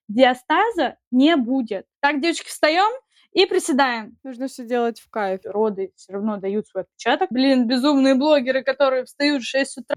диастаза не будет. Так, девочки, встаем и приседаем. Нужно все делать в кайф. Роды все равно дают свой отпечаток. Блин, безумные блогеры, которые встают в 6 утра.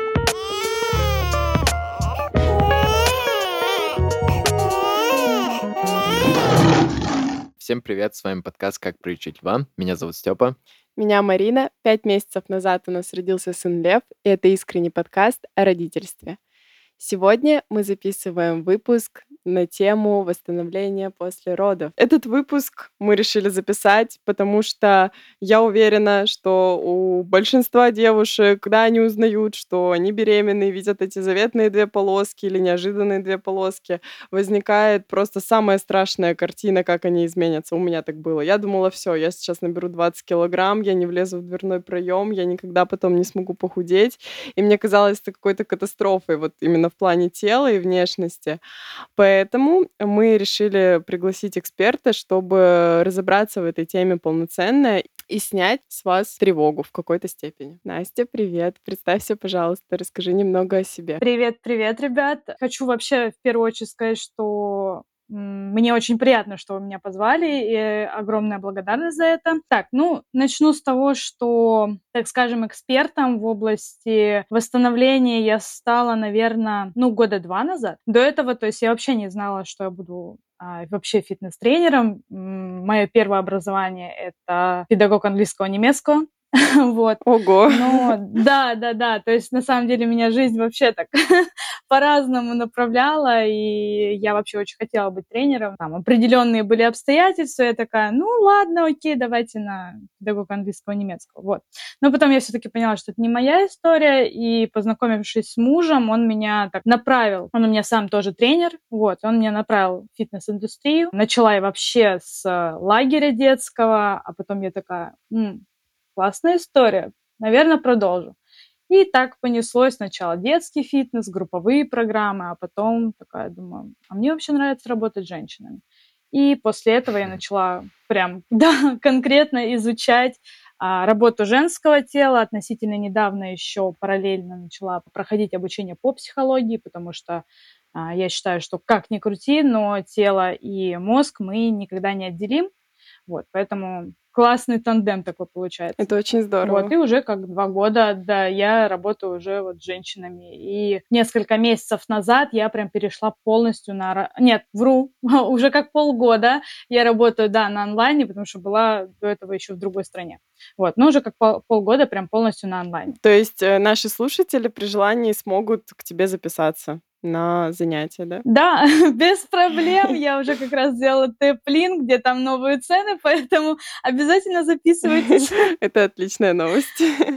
Всем привет, с вами подкаст «Как приучить льва». Меня зовут Степа. Меня Марина. 5 месяцев назад у нас родился сын Лев, и это искренний подкаст о родительстве. Сегодня мы записываем выпуск на тему восстановления после родов. Этот выпуск мы решили записать, потому что я уверена, что у большинства девушек, когда они узнают, что они беременны, видят эти заветные 2 полоски или неожиданные 2 полоски, возникает просто самая страшная картина, как они изменятся. У меня так было. Я думала, все, я сейчас наберу 20 килограмм, я не влезу в дверной проем, я никогда потом не смогу похудеть. И мне казалось это какой-то катастрофой, вот именно в плане тела и внешности. Поэтому мы решили пригласить эксперта, чтобы разобраться в этой теме полноценно и снять с вас тревогу в какой-то степени. Настя, привет. Представься, пожалуйста, расскажи немного о себе. Привет, ребят. Хочу вообще в первую очередь сказать, что мне очень приятно, что вы меня позвали, и огромная благодарность за это. Так, начну с того, что, так скажем, экспертом в области восстановления я стала, наверное, 2 года назад. До этого, то есть я вообще не знала, что я буду вообще фитнес-тренером. Мое первое образование — это педагог английского и немецкого. Вот. Ого! Но да, то есть на самом деле меня жизнь вообще так по-разному направляла, и я вообще очень хотела быть тренером. Там определенные были обстоятельства, я такая, ладно, окей, давайте на педагога английского и немецкого. Вот. Но потом я все-таки поняла, что это не моя история, и, познакомившись с мужем, он меня так направил. Он у меня сам тоже тренер, вот, он меня направил в фитнес-индустрию. Начала я вообще с лагеря детского, а потом я такая, классная история, наверное, продолжу. И так понеслось сначала детский фитнес, групповые программы, а потом такая думаю, а мне вообще нравится работать с женщинами. И после этого я начала прям, конкретно изучать работу женского тела. Относительно недавно еще параллельно начала проходить обучение по психологии, потому что я считаю, что как ни крути, но тело и мозг мы никогда не отделим. Вот, поэтому классный тандем такой получается. Это очень здорово. Вот, и уже как 2 года, да, я работаю уже вот с женщинами. И несколько месяцев назад я прям перешла полностью Нет, вру, уже как полгода я работаю, да, на онлайне, потому что была до этого еще в другой стране. Вот, но уже как полгода прям полностью на онлайне. То есть наши слушатели при желании смогут к тебе записаться на занятия, да? Да, без проблем. Я уже как раз сделала тэп-линк, где там новые цены, поэтому обязательно записывайтесь. Это отличная новость.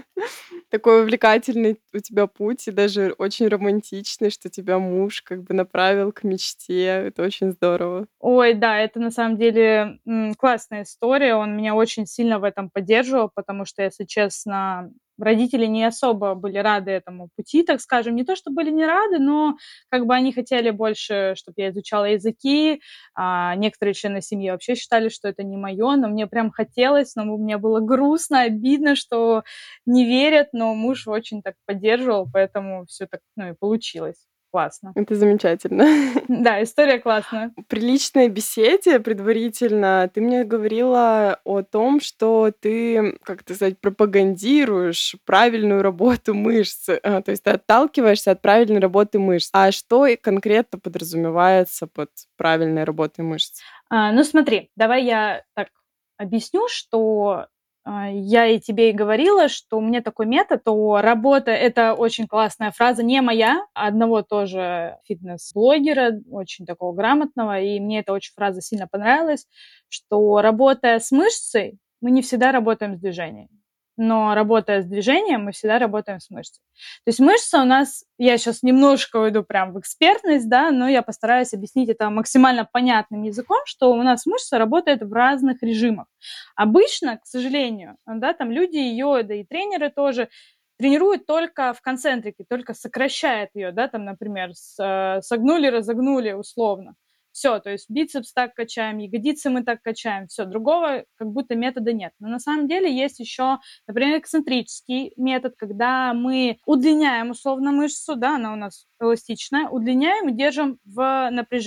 Такой увлекательный у тебя путь и даже очень романтичный, что тебя муж как бы направил к мечте. Это очень здорово. Ой, да, это на самом деле классная история. Он меня очень сильно в этом поддерживал, потому что, если честно, родители не особо были рады этому пути, так скажем. Не то, что были не рады, но как бы они хотели больше, чтобы я изучала языки. Некоторые члены семьи вообще считали, что это не мое, но мне прям хотелось, но мне было грустно, обидно, что не верят, но муж очень так поддерживал, поэтому все так, и получилось. Классно. Это замечательно. Да, история классная. При личной беседе предварительно ты мне говорила о том, что ты, как это сказать, пропагандируешь правильную работу мышц. То есть ты отталкиваешься от правильной работы мышц. А что конкретно подразумевается под правильной работой мышц? Смотри, давай я так объясню, что я и тебе и говорила, что у меня такой метод, то работа — это очень классная фраза, не моя, а одного тоже фитнес-блогера, очень такого грамотного, и мне эта очень фраза сильно понравилась, что работая с мышцей, мы не всегда работаем с движением. Но работая с движением, мы всегда работаем с мышцей. То есть мышца у нас, я сейчас немножко уйду прям в экспертность, да, но я постараюсь объяснить это максимально понятным языком, что у нас мышца работает в разных режимах. Обычно, к сожалению, да, там люди ее, да и тренеры тоже, тренируют только в концентрике, только сокращают ее, да, там, например, согнули, разогнули условно. Все, то есть бицепс так качаем, ягодицы мы так качаем, все, другого как будто метода нет. Но на самом деле есть еще, например, эксцентрический метод, когда мы удлиняем условно мышцу, да, она у нас эластичная, удлиняем и держим в напряжении.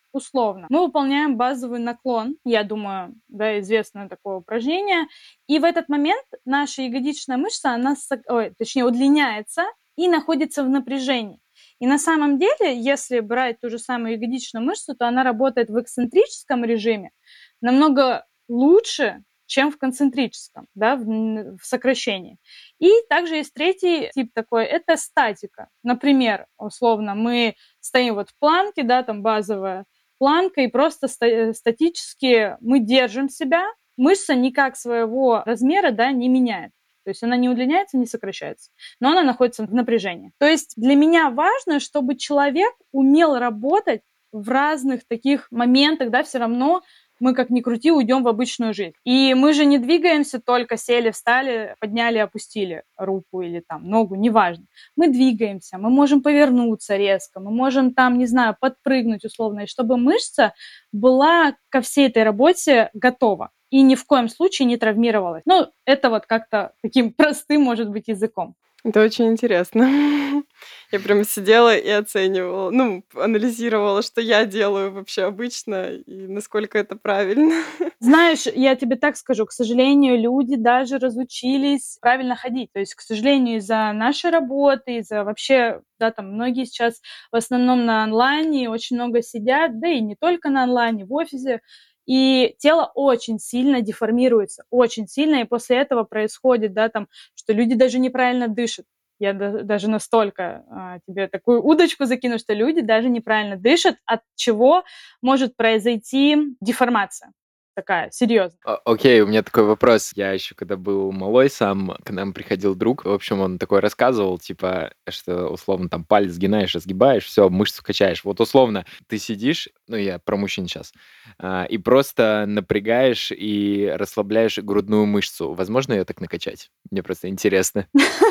условно. Мы выполняем базовый наклон, я думаю, да, известное такое упражнение, и в этот момент наша ягодичная мышца, точнее, удлиняется и находится в напряжении. И на самом деле, если брать ту же самую ягодичную мышцу, то она работает в эксцентрическом режиме намного лучше, чем в концентрическом, да, в сокращении. И также есть третий тип такой, это статика. Например, условно, мы стоим вот в планке, да, там базовая планка, и просто статически мы держим себя, мышца никак своего размера, да, не меняет. То есть она не удлиняется, не сокращается, но она находится в напряжении. То есть для меня важно, чтобы человек умел работать в разных таких моментах, да, все равно мы, как ни крути, уйдем в обычную жизнь. И мы же не двигаемся только сели, встали, подняли, опустили руку или там ногу, неважно. Мы двигаемся, мы можем повернуться резко, мы можем там, не знаю, подпрыгнуть условно, и чтобы мышца была ко всей этой работе готова и ни в коем случае не травмировалась. Ну, это вот как-то таким простым, может быть, языком. Это очень интересно. Я прям сидела и оценивала, анализировала, что я делаю вообще обычно и насколько это правильно. Знаешь, я тебе так скажу, к сожалению, люди даже разучились правильно ходить. То есть, к сожалению, из-за нашей работы, из-за вообще, да, там многие сейчас в основном на онлайне очень много сидят, да и не только на онлайне, в офисе, и тело очень сильно деформируется, очень сильно, и после этого происходит, да, там, что люди даже неправильно дышат. Я даже настолько тебе такую удочку закину, что люди даже неправильно дышат, от чего может произойти деформация такая серьезная. Окей, у меня такой вопрос. Я еще когда был малой сам, к нам приходил друг, в общем, он такой рассказывал, типа, что условно там палец сгинаешь, разгибаешь, все, мышцу качаешь. Вот условно ты сидишь, я про мужчин сейчас, и просто напрягаешь и расслабляешь грудную мышцу. Возможно ее так накачать? Мне просто интересно.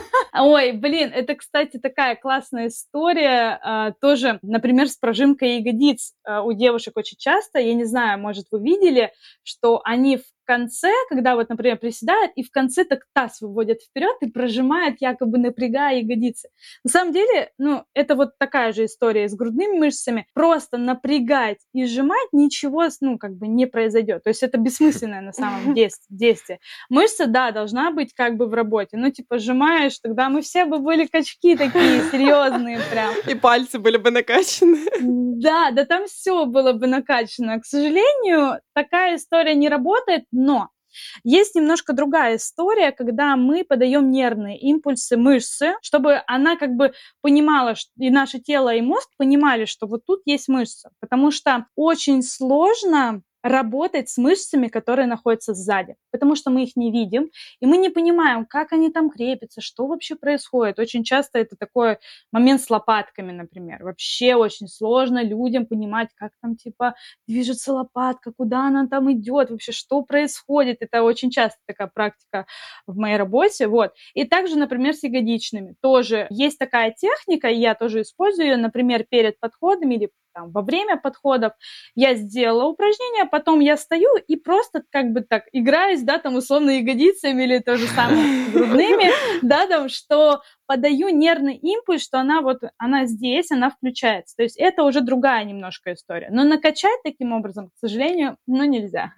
Ой, блин, это, кстати, такая классная история, тоже, например, с прожимкой ягодиц у девушек очень часто, я не знаю, может, вы видели, что они в конце, когда вот, например, приседают, и в конце так таз выводят вперед и прожимают, якобы напрягая ягодицы. На самом деле, это вот такая же история с грудными мышцами. Просто напрягать и сжимать ничего, не произойдет. То есть это бессмысленное на самом действие. Мышца, да, должна быть как бы в работе. Сжимаешь, тогда мы все бы были качки такие серьезные прям. И пальцы были бы накачаны. Да, там все было бы накачано. К сожалению, такая история не работает, но есть немножко другая история, когда мы подаем нервные импульсы мышцы, чтобы она как бы понимала, и наше тело, и мозг понимали, что вот тут есть мышца. Потому что очень сложно работать с мышцами, которые находятся сзади, потому что мы их не видим, и мы не понимаем, как они там крепятся, что вообще происходит. Очень часто это такой момент с лопатками, например. Вообще очень сложно людям понимать, как там движется лопатка, куда она там идет, вообще что происходит. Это очень часто такая практика в моей работе. Вот. И также, например, с ягодичными. Тоже есть такая техника, и я тоже использую ее, например, перед подходами или во время подходов я сделала упражнение, потом я стою и просто как бы так играюсь, да, там условно ягодицами или то же самое грудными, да, там, что подаю нервный импульс, что она здесь, она включается. То есть это уже другая немножко история. Но накачать таким образом, к сожалению, нельзя.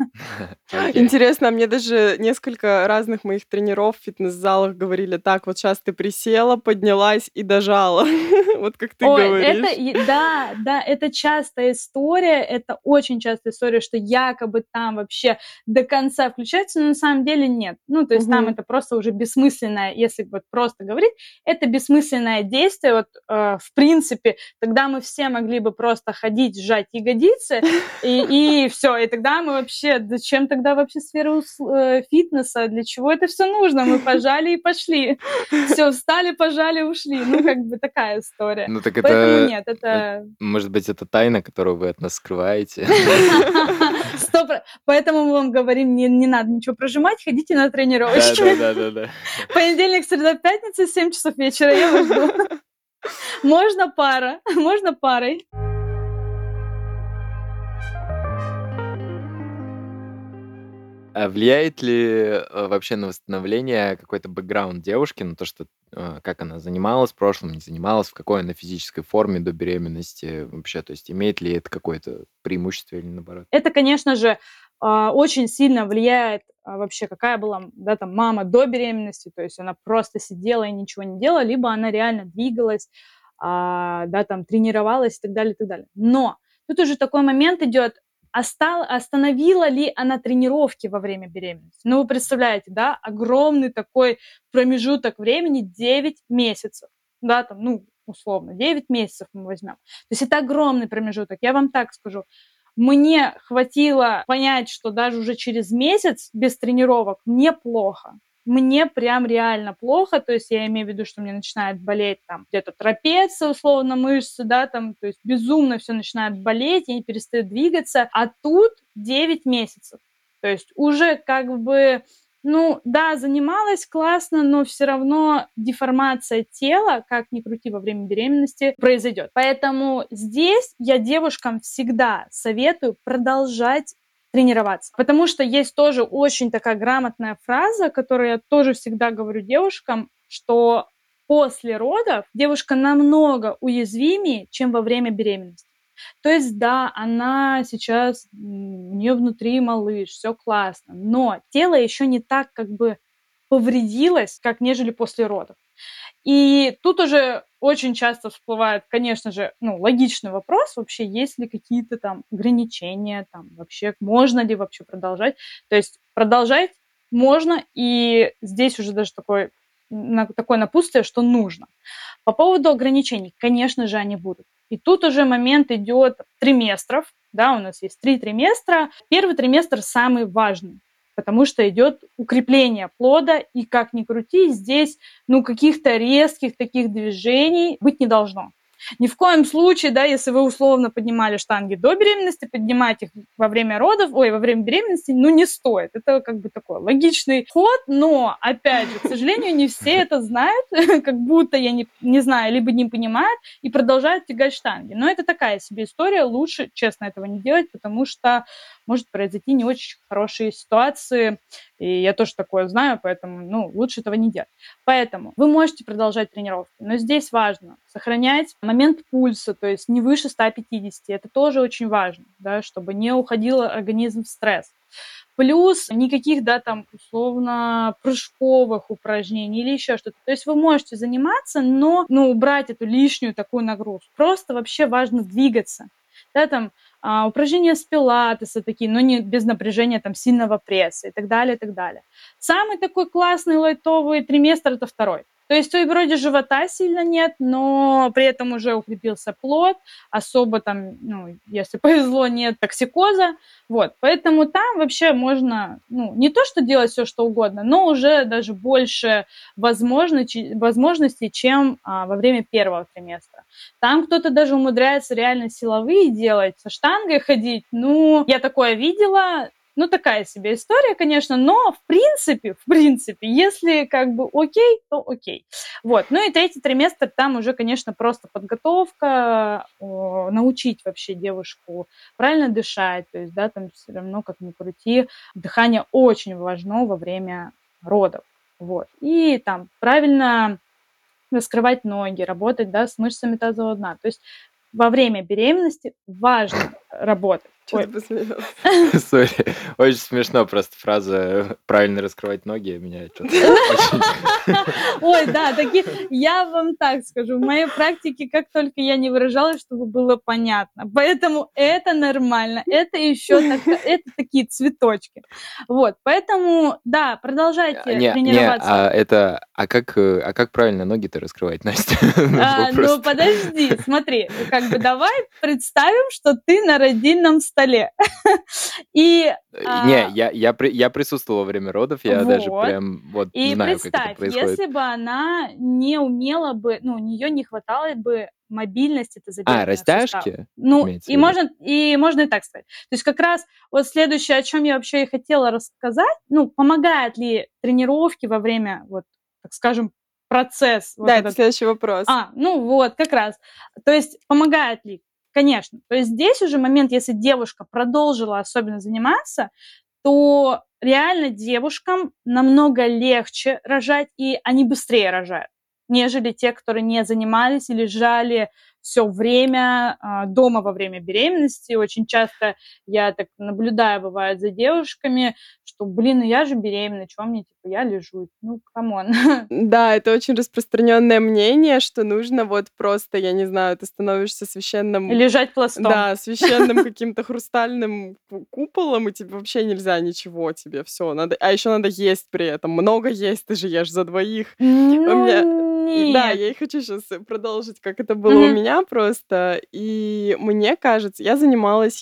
Интересно, мне даже несколько разных моих тренеров в фитнес-залах говорили так, вот сейчас ты присела, поднялась и дожала. Вот как ты говоришь. Да, это частая история, это очень частая история, что якобы там вообще до конца включается, но на самом деле нет. То есть там это просто уже бессмысленное, если вот просто говорить, это бессмысленное действие. Вот, в принципе, тогда мы все могли бы просто ходить, сжать ягодицы, и все. И тогда мы вообще, зачем тогда вообще сферу фитнеса? Для чего это все нужно? Мы пожали и пошли. Все, встали, пожали, ушли. Такая история. Так это... Поэтому нет, это... Может быть, это тайна, которую вы от нас скрываете? Поэтому мы вам говорим, не надо ничего прожимать, ходите на тренировочки. Да. Понедельник, среда, пятница, 7 часов вечера, я вас жду. Можно парой. А влияет ли вообще на восстановление какой-то бэкграунд девушки, на то, что как она занималась в прошлом, не занималась, в какой она физической форме до беременности вообще? То есть имеет ли это какое-то преимущество или наоборот? Это, конечно же, очень сильно влияет вообще, какая была, да, там, мама до беременности, то есть она просто сидела и ничего не делала, либо она реально двигалась, да, там, тренировалась и так далее, и так далее. Но тут уже такой момент идет, остановила ли она тренировки во время беременности? Ну, вы представляете, да, огромный такой промежуток времени, 9 месяцев, да, там, ну, условно, 9 месяцев мы возьмем. То есть это огромный промежуток, я вам так скажу. Мне хватило понять, что даже уже через месяц без тренировок мне плохо. Мне прям реально плохо, то есть я имею в виду, что мне начинает болеть там где-то трапеция, условно, мышцы, да, там, то есть безумно все начинает болеть, я не перестаю двигаться, а тут 9 месяцев. То есть уже как бы, ну, да, занималась классно, но все равно деформация тела, как ни крути, во время беременности произойдет. Поэтому здесь я девушкам всегда советую продолжать тренироваться. Потому что есть тоже очень такая грамотная фраза, которую я тоже всегда говорю девушкам, что после родов девушка намного уязвимее, чем во время беременности. То есть, да, она сейчас, у нее внутри малыш, все классно, но тело еще не так как бы повредилось, как нежели после родов. И тут уже очень часто всплывает, конечно же, ну, логичный вопрос, вообще есть ли какие-то там ограничения, там вообще можно ли вообще продолжать. То есть продолжать можно, и здесь уже даже такое напутствие, что нужно. По поводу ограничений, конечно же, они будут. И тут уже момент идет триместров, да, у нас есть 3 триместра. Первый триместр самый важный, потому что идет укрепление плода, и как ни крути, здесь, ну, каких-то резких таких движений быть не должно. Ни в коем случае, да, если вы условно поднимали штанги до беременности, поднимать их во время родов, во время беременности, ну, не стоит. Это как бы такой логичный ход, но, опять же, к сожалению, не все это знают, как будто, я не знаю, либо не понимают и продолжают тягать штанги. Но это такая себе история, лучше, честно, этого не делать, потому что может произойти не очень хорошие ситуации, и я тоже такое знаю, поэтому, ну, лучше этого не делать. Поэтому вы можете продолжать тренировки, но здесь важно сохранять момент пульса, то есть не выше 150, это тоже очень важно, да, чтобы не уходил организм в стресс. Плюс никаких, да, там, условно, прыжковых упражнений или еще что-то. То есть вы можете заниматься, но, ну, убрать эту лишнюю такую нагрузку. Просто вообще важно двигаться. Да, там, упражнения с пилатеса такие, но не без напряжения там сильного пресса и так далее, и так далее. Самый такой классный лайтовый триместр – это второй. То есть вроде живота сильно нет, но при этом уже укрепился плод, особо там, ну, если повезло, нет токсикоза, вот, поэтому там вообще можно, ну, не то что делать все что угодно, но уже даже больше возможностей, чем во время первого триместра. Там кто-то даже умудряется реально силовые делать, со штангой ходить, ну, я такое видела. Ну, такая себе история, конечно, но в принципе, если как бы окей, то окей. Вот. Ну и третий триместр, там уже, конечно, просто подготовка, научить вообще девушку правильно дышать, то есть, да, там все равно, как ни крути, дыхание очень важно во время родов. Вот. И там правильно раскрывать ноги, работать, да, с мышцами тазового дна. То есть во время беременности важно работать. Что ты посмеялся? Сори, очень смешно просто фраза «правильно раскрывать ноги» меня что-то очень... Ой, да, такие, я вам так скажу, в моей практике, как только я не выражалась, чтобы было понятно. Поэтому это нормально, это еще это такие цветочки. Вот, поэтому, да, продолжайте тренироваться. как правильно ноги-то раскрывать, Настя? Ну, подожди, смотри, как бы давай представим, что ты на родильном столе. И Не, я присутствовал во время родов, я даже вот. прям вот И знаю, как это представь, происходит. если бы она не умела бы, ну, у нее не хватало бы мобильности тазобедренных суставов. Растяжки Ну, имеется и в виду? можно и так сказать. То есть как раз вот следующее, о чем я вообще и хотела рассказать, ну, помогают ли тренировки во время, вот, так скажем, процесс вот Да, это этот. следующий вопрос. Ну вот, как раз. То есть помогает ли? Конечно. То есть здесь уже момент, если девушка продолжила особенно заниматься, то реально девушкам намного легче рожать, и они быстрее рожают, нежели те, которые не занимались или лежали все время дома во время беременности. Очень часто я так наблюдаю, бывает, за девушками, что, блин, ну я же беременна, чего мне, типа, я лежу. Ну, камон. Да, это очень распространенное мнение, что нужно вот просто, я не знаю, ты становишься священным, Лежать пластом. да, священным каким-то хрустальным куполом, и тебе вообще нельзя ничего, тебе все надо, а еще надо есть при этом, много есть, ты же ешь за двоих. У меня, Ну, да, нет. я и хочу сейчас продолжить, как это было у меня просто. И мне кажется, я занималась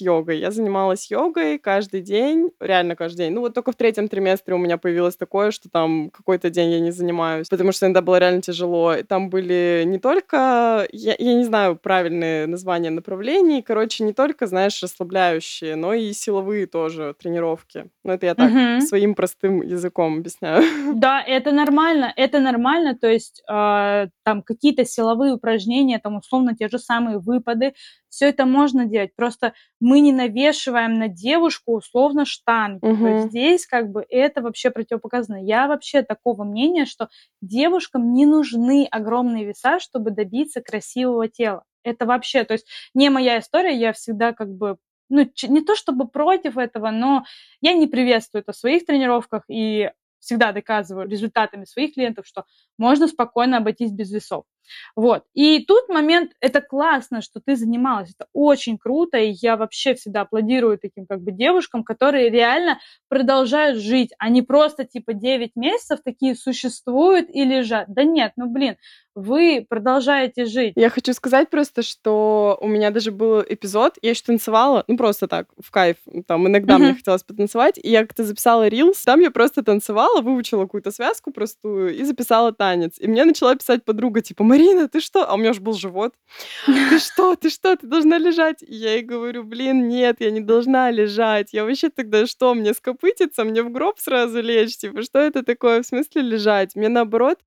йогой каждый день, реально каждый день. Ну вот только в 3-м триместре у меня появилось такое, что там какой-то день я не занимаюсь, потому что иногда было реально тяжело. И там были не только, я не знаю правильные названия направлений, короче, не только, знаешь, расслабляющие, но и силовые тоже тренировки. Ну это я так своим простым языком объясняю. Да, это нормально, то есть там какие-то силовые упражнения, там условно те же самые выпады, все это можно делать, просто мы не навешиваем на девушку условно штанги, то есть здесь как бы это вообще противопоказано. Я вообще такого мнения, что девушкам не нужны огромные веса, чтобы добиться красивого тела. Это вообще, то есть не моя история, я всегда как бы, ну, не то чтобы против этого, но я не приветствую это в своих тренировках и всегда доказываю результатами своих клиентов, что можно спокойно обойтись без весов. Вот. И тут момент, это классно, что ты занималась, это очень круто, и я вообще всегда аплодирую таким как бы девушкам, которые реально продолжают жить, а не просто типа 9 месяцев такие существуют и лежат. Да нет, ну блин, вы продолжаете жить. Я хочу сказать просто, что у меня даже был эпизод, я еще танцевала, ну просто так, в кайф, там иногда мне хотелось потанцевать, и я как-то записала рилс, там я просто танцевала, выучила какую-то связку простую и записала танец. И мне начала писать подруга, типа, Марина, ты что? А у меня уже был живот. Ты что, ты должна лежать? И я ей говорю, блин, нет, я не должна лежать. Я вообще тогда что, мне скопытиться, мне в гроб сразу лечь? Типа, что это такое? В смысле лежать? Мне наоборот,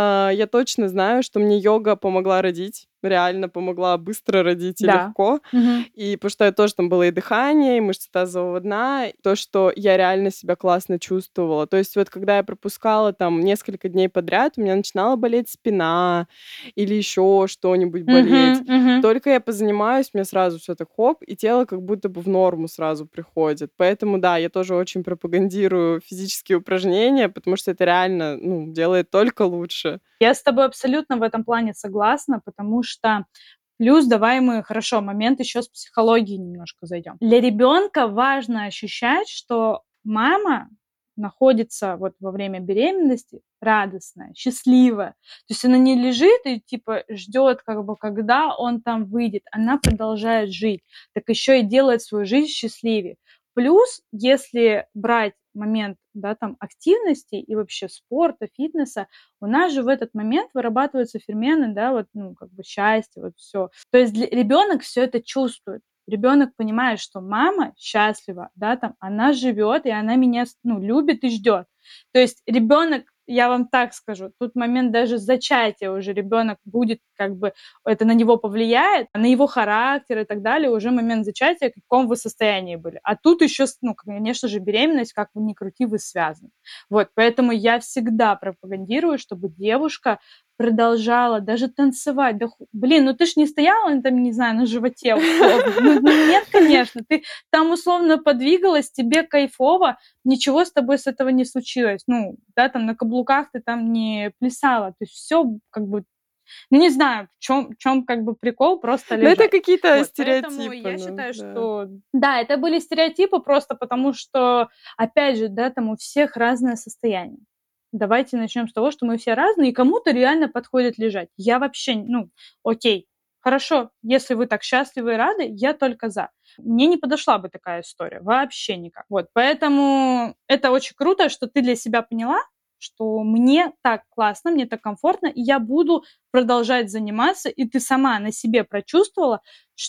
я точно знаю, что мне йога помогла родить, реально помогла быстро родить и Да. легко. И потому что я тоже там было и дыхание, и мышцы тазового дна, и то, что я реально себя классно чувствовала. То есть вот когда я пропускала там несколько дней подряд, у меня начинала болеть спина или еще что-нибудь болеть. Только я позанимаюсь, мне сразу все так хоп, и тело как будто бы в норму сразу приходит. Поэтому да, я тоже очень пропагандирую физические упражнения, потому что это реально, ну, делает только лучше. Я с тобой абсолютно в этом плане согласна, потому что плюс давай мы, хорошо, момент еще с психологией немножко зайдем. Для ребенка важно ощущать, что мама находится вот во время беременности радостная, счастливая. То есть она не лежит и типа ждет, как бы, когда он там выйдет. Она продолжает жить. Так еще и делает свою жизнь счастливее. Плюс, если брать момент, да, там, активности и вообще спорта, фитнеса, у нас же в этот момент вырабатываются фермены, да, вот, ну, как бы счастье, вот все. То есть ребенок все это чувствует. Ребенок понимает, что мама счастлива, да, там, она живет, и она меня, ну, любит и ждет. То есть ребенок, я вам так скажу, тут момент даже зачатия уже ребенок будет, как бы, это на него повлияет, на его характер и так далее, уже момент зачатия, в каком вы состоянии были. А тут еще, ну, конечно же, беременность, как вы ни крути, вы связаны. Вот, поэтому я всегда пропагандирую, чтобы девушка продолжала даже танцевать. Да, блин, ну ты ж не стояла, там, не знаю, на животе условно. Ну нет, конечно, ты там условно подвигалась, тебе кайфово, ничего с тобой с этого не случилось. Ну, да, там на каблуках ты там не плясала. То есть все как бы, ну не знаю, в чем как бы прикол, просто Но это лежать. какие-то Вот, поэтому стереотипы. я считаю, да. что да, это были стереотипы просто потому, что, опять же, да, там у всех разное состояние. Давайте начнем с того, что мы все разные, и кому-то реально подходит лежать. Я вообще, ну, окей, хорошо, если вы так счастливы и рады, я только за. Мне не подошла бы такая история, вообще никак. Вот, поэтому это очень круто, что ты для себя поняла, что мне так классно, мне так комфортно, и я буду продолжать заниматься, и ты сама на себе прочувствовала,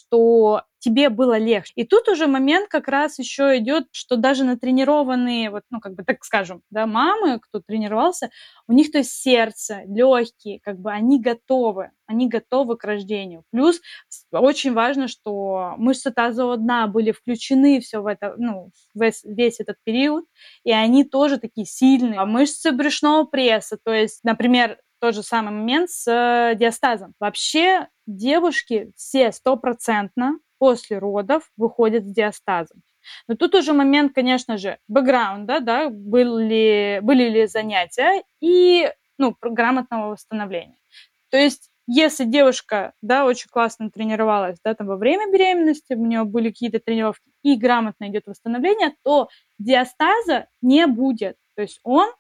что тебе было легче. И тут уже момент как раз еще идет, что даже натренированные, вот, ну, как бы, так скажем, да, мамы, кто тренировался, у них, то есть, сердце, легкие, как бы, они готовы к рождению. Плюс очень важно, что мышцы тазового дна были включены все в это, ну, весь этот период, и они тоже такие сильные. А мышцы брюшного пресса, то есть, например, тот же самый момент с диастазом. Вообще девушки все 100% после родов выходят с диастазом. Но тут уже момент, конечно же, бэкграунда, да, были ли занятия и, ну, грамотного восстановления. То есть если девушка, да, очень классно тренировалась, да, там во время беременности, у нее были какие-то тренировки, и грамотно идет восстановление, то диастаза не будет. То есть он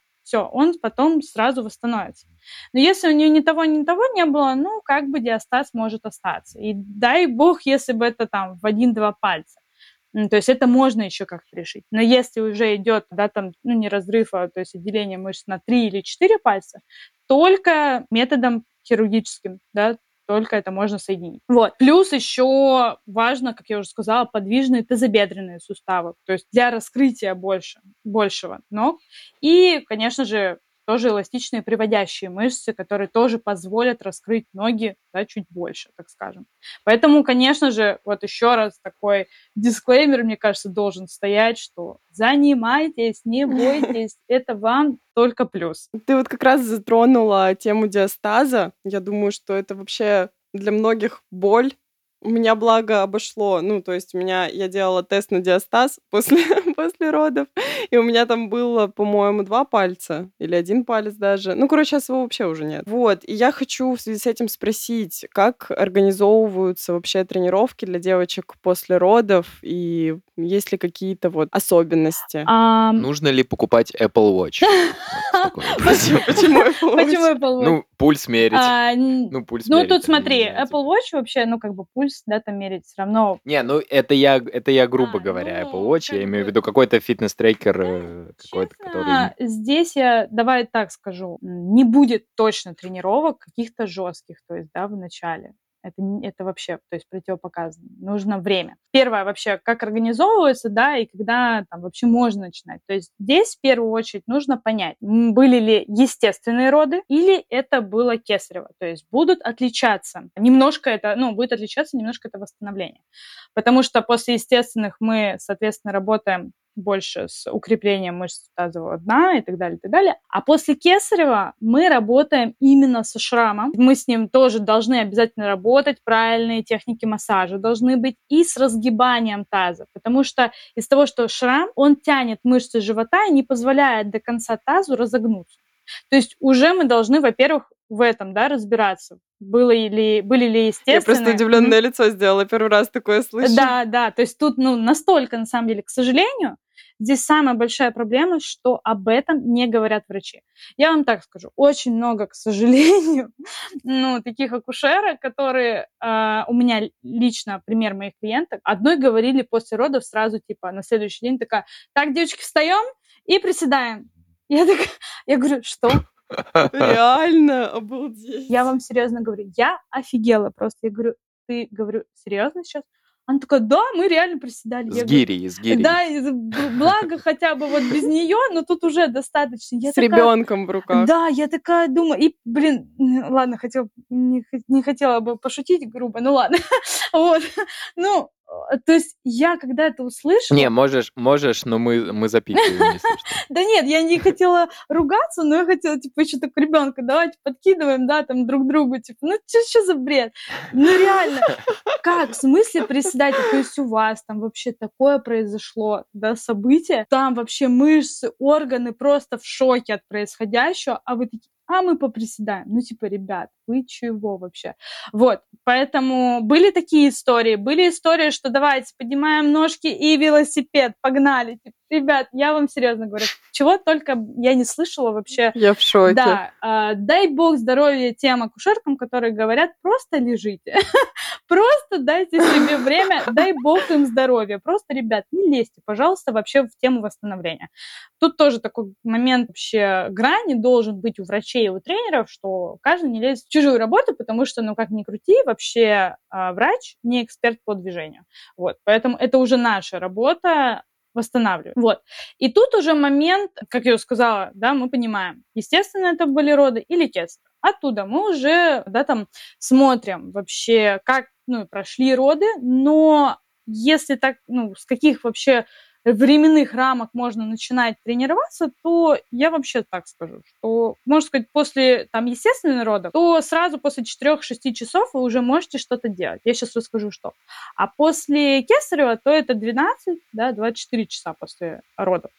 потом сразу восстановится. Но если у нее ни того не было, ну, как бы диастаз может остаться. И дай бог, если бы это там в 1-2 пальца. То есть это можно еще как-то решить. Но если уже идет, да, там, ну, не разрыв, а то есть отделение мышц на 3 или 4 пальца, только методом хирургическим, да, только это можно соединить. Вот. Плюс еще важно, как я уже сказала, подвижные тазобедренные суставы, то есть для раскрытия большего ног. И, конечно же, тоже эластичные приводящие мышцы, которые тоже позволят раскрыть ноги, да, чуть больше, так скажем. Поэтому, конечно же, вот еще раз такой дисклеймер, мне кажется, должен стоять, что занимайтесь, не бойтесь, это вам только плюс. Ты вот как раз затронула тему диастаза. Я думаю, что это вообще для многих боль. У меня, благо, обошло. Ну, то есть я делала тест на диастаз после родов, и у меня там было, по-моему, 2 пальца или 1 палец даже. Ну, короче, сейчас его вообще уже нет. Вот, и я хочу в связи с этим спросить, как организовываются вообще тренировки для девочек после родов, и есть ли какие-то вот особенности? Нужно ли покупать Apple Watch? Почему Apple Watch? Почему Apple Watch? Ну, пульс мерить. Ну, тут смотри, Apple Watch вообще, ну, как бы пульс, да, там мерить все равно. Не, ну это я грубо говоря, Apple ну, Watch, я как имею в бы, виду какой-то фитнес-трекер какой-то, который... Честно, здесь я, давай так скажу, не будет точно тренировок каких-то жестких, то есть, да, в начале. Это вообще, то есть, противопоказано. Нужно время. Первое вообще, как организовывается, да, и когда там вообще можно начинать. То есть здесь в первую очередь нужно понять, были ли естественные роды или это было кесарево. То есть будут отличаться. Немножко это, ну, будет отличаться немножко это восстановление. Потому что после естественных мы, соответственно, работаем больше с укреплением мышц тазового дна и так далее, и так далее. А после кесарева мы работаем именно со шрамом. Мы с ним тоже должны обязательно работать, правильные техники массажа должны быть и с разгибанием таза, потому что из того, что шрам, он тянет мышцы живота и не позволяет до конца тазу разогнуться. То есть уже мы должны, во-первых, в этом, да, разбираться. Были ли естественные... Я просто удивленное лицо сделала, первый раз такое слышу. Да, то есть тут, ну, настолько, на самом деле, к сожалению, здесь самая большая проблема, что об этом не говорят врачи. Я вам так скажу, очень много, к сожалению, ну, таких акушерок, которые у меня лично, пример моих клиенток, одной говорили после родов сразу, типа, на следующий день такая: так, девочки, встаем и приседаем. Я говорю, что? Реально, обалдеть. Я вам серьезно говорю, я офигела просто. Я говорю, ты, говорю, серьезно сейчас? Она такая: да, мы реально приседали. С гирей. Да, благо хотя бы вот без нее, но тут уже достаточно. С ребенком в руках. Да, я такая думаю, и, блин, ладно, не хотела бы пошутить грубо, ну ладно. Вот, ну, то есть я когда это услышала... Не, можешь, но мы запикиваем, если что. Да нет, я не хотела ругаться, но я хотела, типа, еще так ребенка, давайте подкидываем, да, там, друг другу, типа, ну, что за бред? Ну, реально, как, в смысле приседать? То есть у вас там вообще такое произошло, да, событие, там вообще мышцы, органы просто в шоке от происходящего, а вы такие: а мы поприседаем. Ну, типа, ребят, вы чего вообще? Вот, поэтому были такие истории, что давайте поднимаем ножки и велосипед, погнали, типа. Ребят, я вам серьезно говорю, чего только я не слышала вообще. Я в шоке. Да, дай бог здоровья тем акушеркам, которые говорят, просто лежите. Просто дайте себе время, дай бог им здоровья. Просто, ребят, не лезьте, пожалуйста, вообще в тему восстановления. Тут тоже такой момент вообще грани должен быть у врачей и у тренеров, что каждый не лезет в чужую работу, потому что, ну, как ни крути, вообще врач не эксперт по движению. Вот, поэтому это уже наша работа восстанавливать. Вот. И тут уже момент, как я уже сказала, да, мы понимаем, естественно, это были роды или тестовые. Оттуда мы уже, да, там смотрим вообще, как, ну, прошли роды, но если так, ну, с каких вообще временных рамок можно начинать тренироваться, то я вообще так скажу, что, можно сказать, после там естественных родов, то сразу после 4-6 часов вы уже можете что-то делать. Я сейчас расскажу, что. А после кесарева, то это 12, да, 24 часа после родов.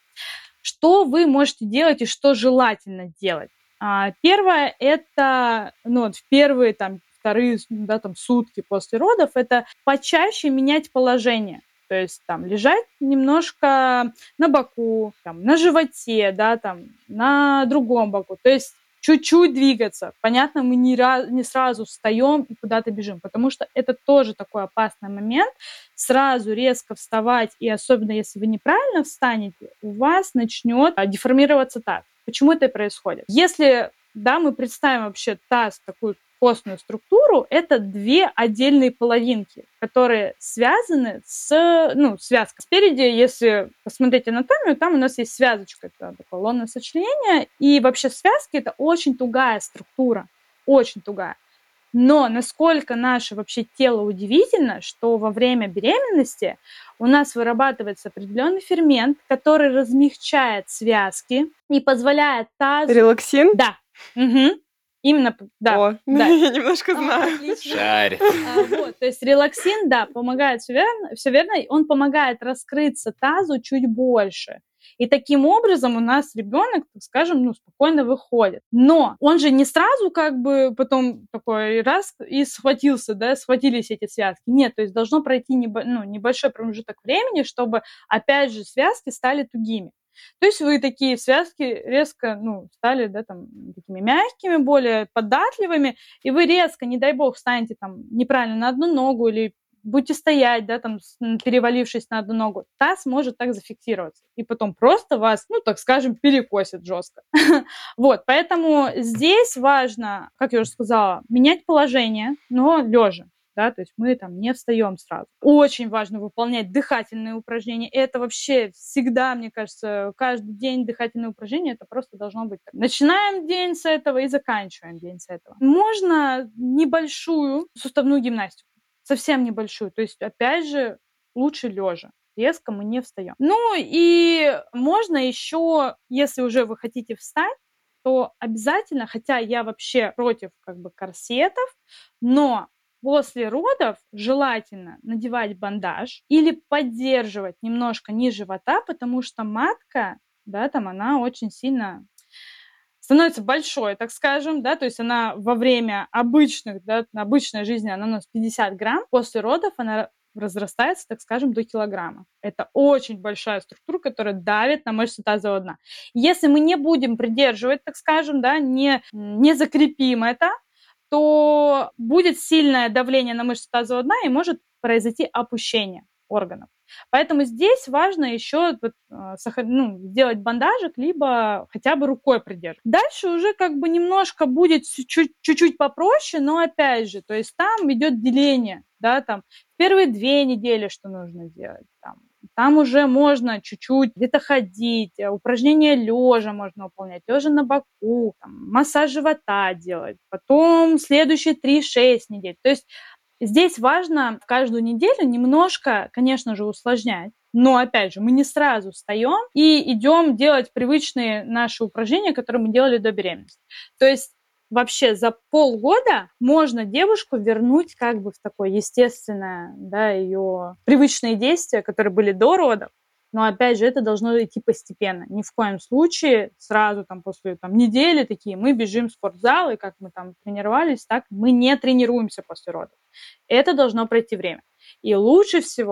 Что вы можете делать и что желательно делать? Первое – это, ну, вот в первые, там, вторые, да, там, сутки после родов, это почаще менять положение. То есть там лежать немножко на боку, там, на животе, да, там, на другом боку. То есть чуть-чуть двигаться. Понятно, мы не сразу встаем и куда-то бежим, потому что это тоже такой опасный момент. Сразу резко вставать, и особенно если вы неправильно встанете, у вас начнет деформироваться таз. Почему это происходит? Если, да, мы представим вообще таз, такую костную структуру, это две отдельные половинки, которые связаны с, ну, связка. Спереди, если посмотреть анатомию, там у нас есть связочка, это такое лонное сочленение, и вообще связки – это очень тугая структура, очень тугая. Но насколько наше вообще тело удивительно, что во время беременности у нас вырабатывается определенный фермент, который размягчает связки и позволяет тазу... Релаксин? Да. Угу. Именно, да. О, да. я немножко знаю. Отлично. Шарит. Вот, то есть релаксин, да, помогает, все верно, он помогает раскрыться тазу чуть больше. И таким образом у нас ребенок, так скажем, ну, спокойно выходит. Но он же не сразу как бы потом такой раз и схватился, да, схватились эти связки. Нет, то есть должно пройти небольшой промежуток времени, чтобы, опять же, связки стали тугими. То есть вы такие связки резко, ну, стали, да, там, такими мягкими, более податливыми, и вы резко, не дай бог, встанете там неправильно на одну ногу или будете стоять, да, там, перевалившись на одну ногу, таз может так зафиксироваться. И потом просто вас, ну, так скажем, перекосит жестко. Вот, поэтому здесь важно, как я уже сказала, менять положение, но лежа. Да, то есть мы там не встаем сразу. Очень важно выполнять дыхательные упражнения. Это вообще всегда, мне кажется, каждый день дыхательные упражнения, это просто должно быть так. Начинаем день с этого и заканчиваем день с этого. Можно небольшую суставную гимнастику, совсем небольшую. То есть, опять же, лучше лежа. Резко мы не встаем. Ну и можно еще, если уже вы хотите встать, то обязательно, хотя я вообще против как бы корсетов, но после родов желательно надевать бандаж или поддерживать немножко низ живота, потому что матка, да, там она очень сильно становится большой, так скажем, да, то есть она во время обычных, да, обычной жизни она у нас 50 грамм, после родов она разрастается, так скажем, до килограмма. Это очень большая структура, которая давит на мышцы тазового дна. Если мы не будем придерживать, так скажем, да, не закрепим это, то будет сильное давление на мышцы тазового дна и может произойти опущение органов. Поэтому здесь важно еще сделать бандажик, либо хотя бы рукой придерживать. Дальше уже как бы немножко будет чуть-чуть попроще, но опять же, то есть там идет деление, да, там первые 2 недели что нужно делать, там уже можно чуть-чуть где-то ходить, упражнения лежа можно выполнять, лежа на боку, там, массаж живота делать, потом следующие 3-6 недель. То есть здесь важно в каждую неделю немножко, конечно же, усложнять, но, опять же, мы не сразу встаем и идем делать привычные наши упражнения, которые мы делали до беременности. То есть вообще за полгода можно девушку вернуть как бы в такое естественное, да, ее привычные действия, которые были до родов. Но, опять же, это должно идти постепенно. Ни в коем случае сразу там после недели такие мы бежим в спортзал, и как мы там тренировались, так мы не тренируемся после родов. Это должно пройти время. И лучше всего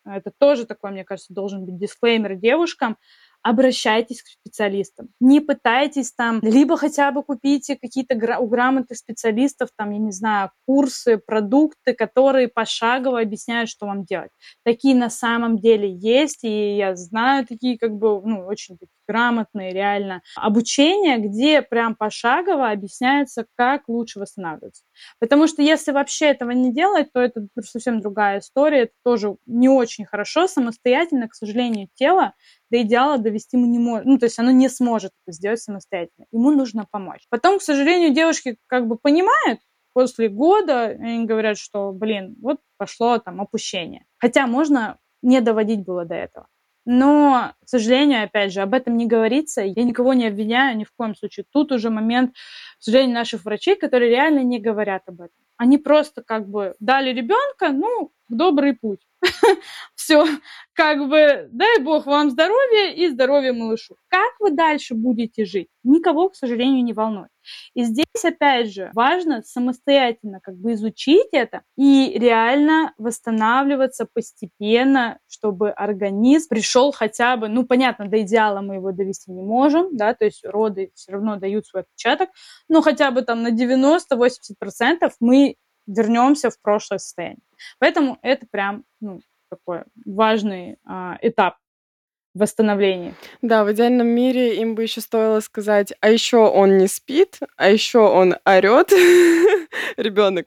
это тоже такой, мне кажется, должен быть дисклеймер девушкам, обращайтесь к специалистам. Не пытайтесь там, либо хотя бы купите какие-то у грамотных специалистов, там, я не знаю, курсы, продукты, которые пошагово объясняют, что вам делать. Такие на самом деле есть, и я знаю такие как бы, ну, очень такие грамотные реально обучения, где прям пошагово объясняется, как лучше восстанавливаться. Потому что если вообще этого не делать, то это совсем другая история, это тоже не очень хорошо. Самостоятельно, к сожалению, тело до идеала довести мы не можем. Ну, то есть оно не сможет это сделать самостоятельно. Ему нужно помочь. Потом, к сожалению, девушки как бы понимают, после года они говорят, что, блин, вот пошло там опущение. Хотя можно не доводить было до этого. Но, к сожалению, опять же, об этом не говорится. Я никого не обвиняю ни в коем случае. Тут уже момент, к сожалению, наших врачей, которые реально не говорят об этом. Они просто как бы дали ребенка, ну, в добрый путь. Все, как бы, дай бог вам здоровья и здоровья малышу. Как вы дальше будете жить? Никого, к сожалению, не волнует. И здесь, опять же, важно самостоятельно как бы изучить это и реально восстанавливаться постепенно, чтобы организм пришел хотя бы, ну, понятно, до идеала мы его довести не можем, да, то есть роды все равно дают свой отпечаток, но хотя бы там на 90-80% мы вернемся в прошлое состояние. Поэтому это прям, ну, такой важный этап восстановления. Да, в идеальном мире им бы еще стоило сказать, а еще он не спит, а еще он орет. Ребенок.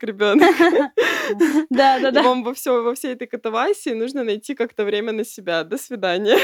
Да. И вам во всей этой катавасии нужно найти как-то время на себя. До свидания.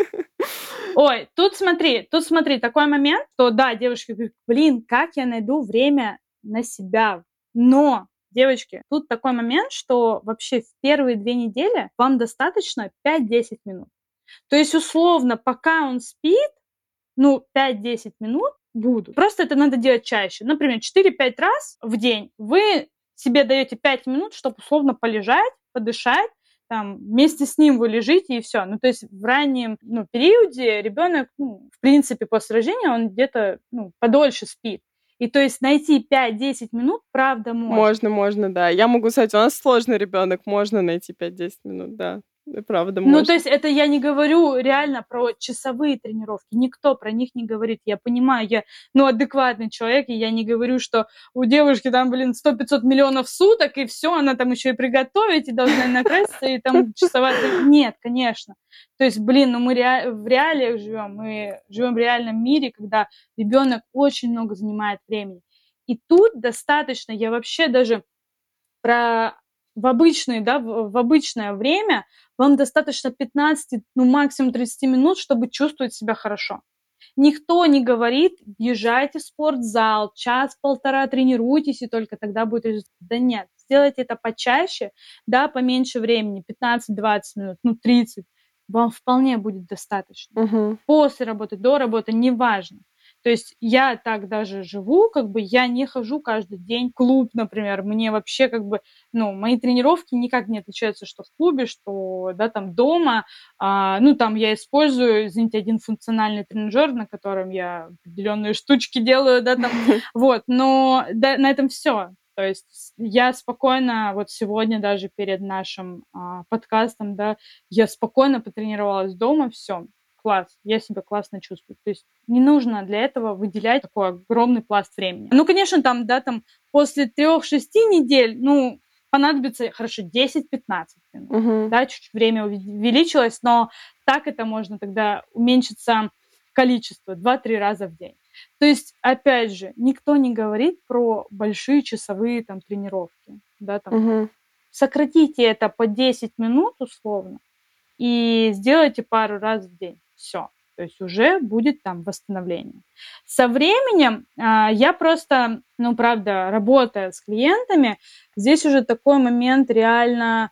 Ой, тут смотри, такой момент, что да, девушки говорят, блин, как я найду время на себя? Но, девочки, тут такой момент, что вообще в первые 2 недели вам достаточно 5-10 минут. То есть, условно, пока он спит, ну, 5-10 минут будут. Просто это надо делать чаще. Например, 4-5 раз в день вы себе даете 5 минут, чтобы условно полежать, подышать, там, вместе с ним вы лежите и все. Ну, то есть в раннем периоде ребенок, в принципе, после рождения он где-то подольше спит. И то есть найти 5-10 минут, правда, можно. Можно, да. Я могу сказать, у нас сложный ребенок, можно найти 5-10 минут, да. Правда, Ну, то можно. есть это я не говорю реально про часовые тренировки. Никто про них не говорит. Я понимаю, я, адекватный человек, и я не говорю, что у девушки там, 100-500 миллионов суток, и все, она там еще и приготовить, и должна накраситься, и там часовая... Нет, конечно. То есть, мы в реалиях живем, мы живем в реальном мире, когда ребенок очень много занимает времени. И тут достаточно, я вообще даже в обычное время вам достаточно 15, максимум 30 минут, чтобы чувствовать себя хорошо. Никто не говорит, езжайте в спортзал, час-полтора тренируйтесь, и только тогда будет результат. Да нет, сделайте это почаще, да, поменьше времени, 15-20 минут, 30. Вам вполне будет достаточно. После работы, до работы, неважно. То есть я так даже живу, я не хожу каждый день в клуб, например. Мне вообще мои тренировки никак не отличаются, что в клубе, что, да, там дома. Там я использую, извините, один функциональный тренажер, на котором я определенные штучки делаю, да, там, вот. Но на этом все. То есть я спокойно, вот сегодня даже перед нашим подкастом, да, я спокойно потренировалась дома, все. Класс, я себя классно чувствую. То есть не нужно для этого выделять такой огромный пласт времени. Конечно, там после 3-6 недель, понадобится, хорошо, 10-15 минут. Да, чуть-чуть время увеличилось, но так это можно тогда уменьшиться количество 2-3 раза в день. То есть, опять же, никто не говорит про большие часовые там тренировки. Да, там. Сократите это по 10 минут условно и сделайте пару раз в день. Все. То есть уже будет там восстановление. Со временем я просто, правда, работая с клиентами, здесь уже такой момент реально,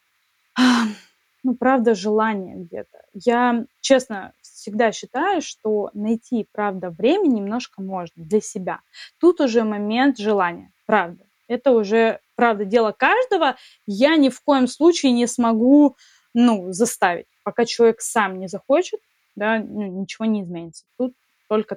правда, желание где-то. Я, честно, всегда считаю, что найти, правда, время немножко можно для себя. Тут уже момент желания, правда. Это уже, правда, дело каждого. Я ни в коем случае не смогу заставить. Пока человек сам не захочет, да, ничего не изменится. Тут только так.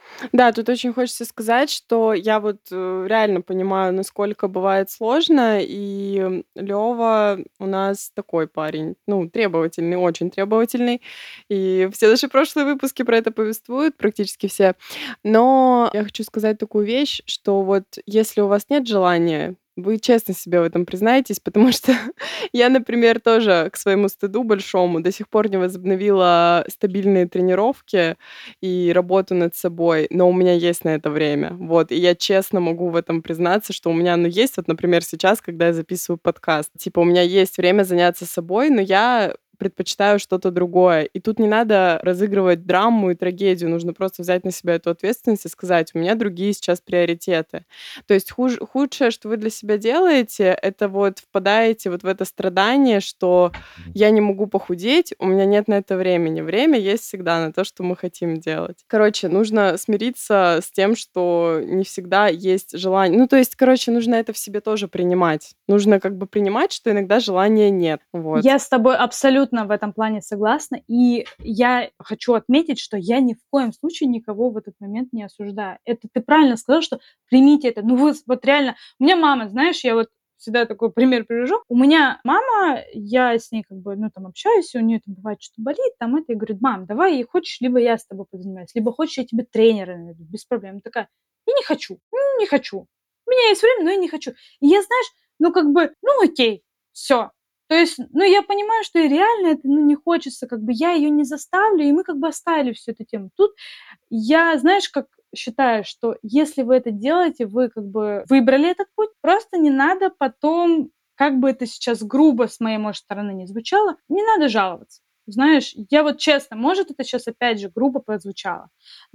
Да, тут очень хочется сказать, что я вот реально понимаю, насколько бывает сложно, и Лёва у нас такой парень, ну, требовательный, очень требовательный, и все наши прошлые выпуски про это повествуют, практически все. Но я хочу сказать такую вещь, что вот если у вас нет желания, вы честно себе в этом признаетесь, потому что я, например, тоже к своему стыду большому до сих пор не возобновила стабильные тренировки, и работу над собой, но у меня есть на это время. Вот, и я честно могу в этом признаться, что у меня, ну, есть, вот, например, сейчас, когда я записываю подкаст, типа, у меня есть время заняться собой, но я предпочитаю что-то другое. И тут не надо разыгрывать драму и трагедию, нужно просто взять на себя эту ответственность и сказать, у меня другие сейчас приоритеты. То есть худшее, что вы для себя делаете, это вот впадаете вот в это страдание, что я не могу похудеть, у меня нет на это времени. Время есть всегда на то, что мы хотим делать. Короче, нужно смириться с тем, что не всегда есть желание. Ну, то есть, короче, нужно это в себе тоже принимать. Нужно как бы принимать, что иногда желания нет. Вот. Я с тобой абсолютно в этом плане согласна, и я хочу отметить, что я ни в коем случае никого в этот момент не осуждаю. Это ты правильно сказал, что примите это. Ну вот реально, у меня мама, знаешь, я вот всегда такой пример привожу. У меня мама, я с ней как бы, ну, там общаюсь, и у нее там бывает что-то болит, там это, и говорит, мам, давай, хочешь, либо я с тобой позанимаюсь, либо хочешь, я тебе тренера найду, без проблем. Такая, я не хочу, не хочу. У меня есть время, но я не хочу. И я, знаешь, ну, как бы, ну, окей, все. То есть, ну, я понимаю, что и реально это, ну, не хочется, как бы я ее не заставлю, и мы как бы оставили всю эту тему. Тут я, знаешь, как считаю, что если вы это делаете, вы как бы выбрали этот путь, просто не надо потом, как бы это сейчас грубо с моей, может, стороны не звучало, не надо жаловаться. Знаешь, я вот честно, может, это сейчас опять же грубо прозвучало,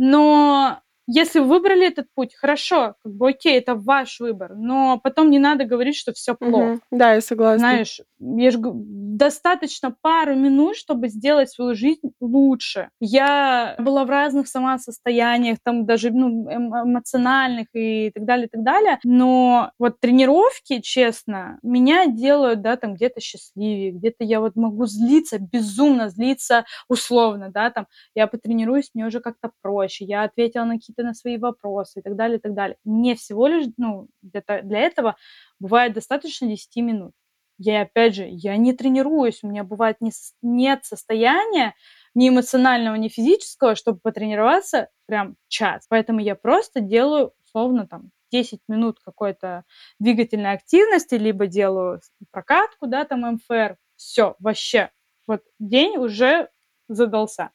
но если вы выбрали этот путь, хорошо, как бы окей, это ваш выбор, но потом не надо говорить, что все плохо. Да, я согласна. Знаешь, я ж достаточно пару минут, чтобы сделать свою жизнь лучше. Я была в разных сама состояниях, там даже, ну, эмоциональных и так далее, и так далее. Но вот тренировки, честно, меня делают, да, там где-то счастливее, где-то я вот могу злиться, безумно злиться условно, да, там я потренируюсь, мне уже как-то проще, я ответила на какие-то на свои вопросы и так далее, и так далее. Мне всего лишь, ну, для этого бывает достаточно 10 минут. Я, опять же, я не тренируюсь, у меня бывает нет состояния ни эмоционального, ни физического, чтобы потренироваться прям час. Поэтому я просто делаю, условно, там, 10 минут какой-то двигательной активности, либо делаю прокатку, да, там, МФР. Все, вообще, вот день уже задался.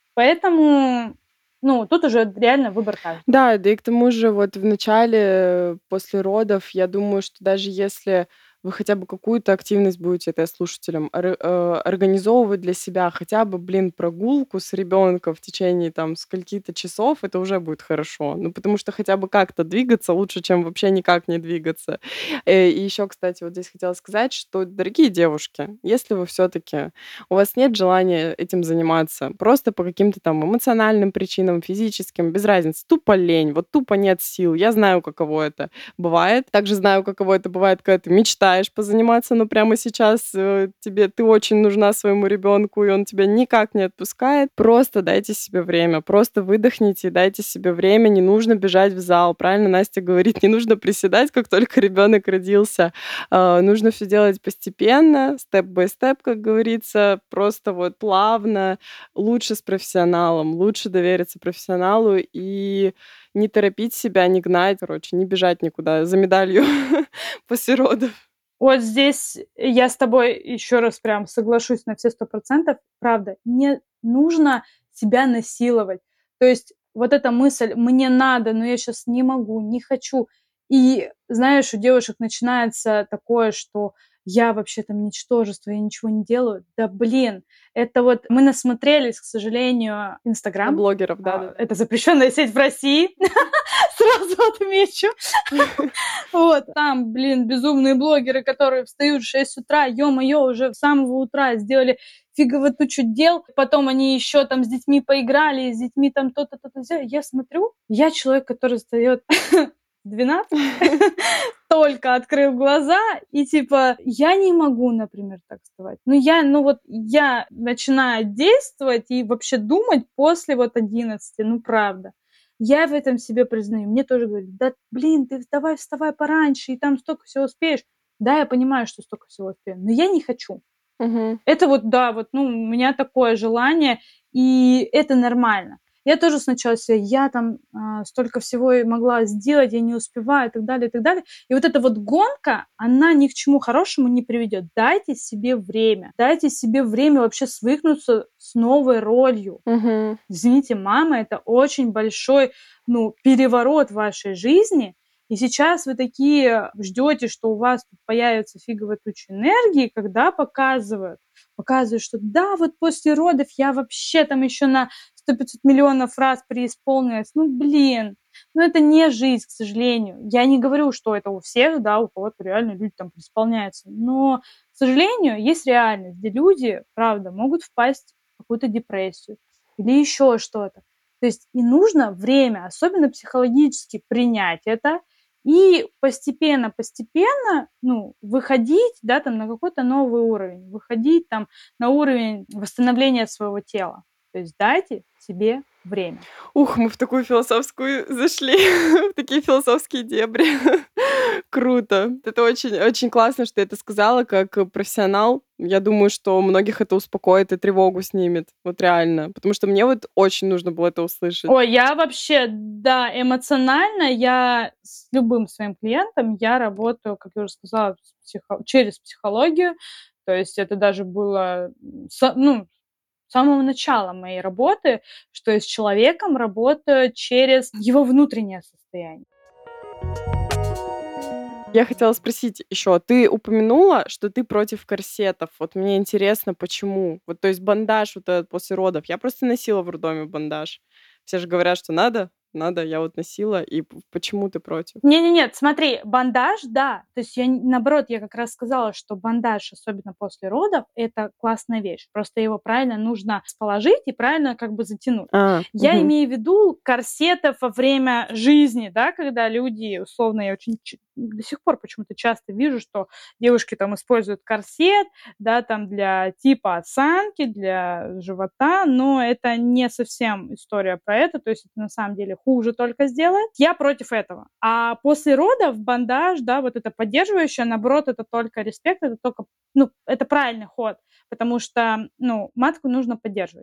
Поэтому, ну, тут уже реально выбор каждого. Да, да и к тому же вот в начале, после родов, я думаю, что даже если вы хотя бы какую-то активность будете, это я слушателям, организовывать для себя, хотя бы, блин, прогулку с ребенком в течение там скольки-то часов, это уже будет хорошо. Ну, потому что хотя бы как-то двигаться лучше, чем вообще никак не двигаться. И еще, кстати, вот здесь хотела сказать, что, дорогие девушки, если вы все-таки у вас нет желания этим заниматься, просто по каким-то там эмоциональным причинам, физическим, без разницы, тупо лень, вот тупо нет сил. Я знаю, каково это бывает. Также знаю, каково это бывает, когда ты мечтаешь позаниматься, но прямо сейчас ты очень нужна своему ребенку, и он тебя никак не отпускает. Просто дайте себе время, просто выдохните, дайте себе время, не нужно бежать в зал. Правильно Настя говорит, не нужно приседать, как только ребенок родился. Нужно все делать постепенно, степ-бай-степ, как говорится, просто вот плавно, лучше с профессионалом, лучше довериться профессионалу и не торопить себя, не гнать, короче, не бежать никуда за медалью после родов. Вот здесь я с тобой еще раз прям соглашусь на все 100%. Правда, не нужно себя насиловать. То есть вот эта мысль «мне надо, но я сейчас не могу, не хочу». И знаешь, у девушек начинается такое, что я вообще там ничтожество, я ничего не делаю. Да блин, это вот мы насмотрелись, к сожалению, На Инстаграм. блогеров, да. Это запрещенная сеть в России. Сразу отмечу. Вот, там, блин, безумные блогеры, которые встают в 6 утра, ё-моё, уже с самого утра сделали фигово тучу дел, потом они еще там с детьми поиграли, с детьми там то-то, то-то, всё. Я смотрю, я человек, который встает в 12, только открыл глаза, и типа я не могу, например, так вставать. Я начинаю действовать и вообще думать после вот 11, ну правда. Я в этом себе признаю. Мне тоже говорят: да, блин, ты давай вставай пораньше, и там столько всего успеешь. Да, я понимаю, что столько всего успею, но я не хочу. Мгм. Это вот, да, вот, ну, у меня такое желание, и это нормально. Я тоже сначала себе, я там столько всего и могла сделать, я не успеваю, и так далее, и так далее. И вот эта вот гонка, она ни к чему хорошему не приведет. Дайте себе время вообще свыкнуться с новой ролью. Мгм. Извините, мама — это очень большой, ну, переворот в вашей жизни. И сейчас вы такие ждете, что у вас тут появится фиговая туча энергии, когда показывают, что да, вот после родов я вообще там еще на 100-500 миллионов раз преисполнилась. Ну, блин, ну это не жизнь, к сожалению. Я не говорю, что это у всех, да, у кого-то реально люди там преисполняются. Но, к сожалению, есть реальность, где люди, правда, могут впасть в какую-то депрессию или еще что-то. То есть и нужно время, особенно психологически, принять это и постепенно, ну, выходить, да, там, на какой-то новый уровень, выходить там на уровень восстановления своего тела. То есть дайте себе время. Ух, мы в такую философскую зашли, в такие философские дебри. Круто. Это очень, очень классно, что ты это сказала как профессионал. Я думаю, что многих это успокоит и тревогу снимет. Вот реально. Потому что мне вот очень нужно было это услышать. Ой, я вообще, да, эмоционально, я с любым своим клиентом, я работаю, как я уже сказала, через психологию. То есть это даже было, ну, с самого начала моей работы, что я с человеком работаю через его внутреннее состояние. Я хотела спросить еще, ты упомянула, что ты против корсетов. Вот мне интересно, почему? Вот, то есть бандаж вот этот после родов. Я просто носила в роддоме бандаж. Все же говорят, что надо, я вот носила. И почему ты против? Нет, смотри, бандаж, да. То есть наоборот, я как раз сказала, что бандаж, особенно после родов, это классная вещь. Просто его правильно нужно расположить и правильно как бы затянуть. Я Мгм. имею в виду корсетов во время жизни, да, когда люди, условно, я очень до сих пор почему-то часто вижу, что девушки там используют корсет, да, там для типа осанки, для живота, но это не совсем история про это, то есть это на самом деле хуже только сделает. Я против этого. А после родов бандаж, да, вот это поддерживающее, наоборот, это только респект, это только, ну, это правильный ход, потому что, ну, матку нужно поддерживать.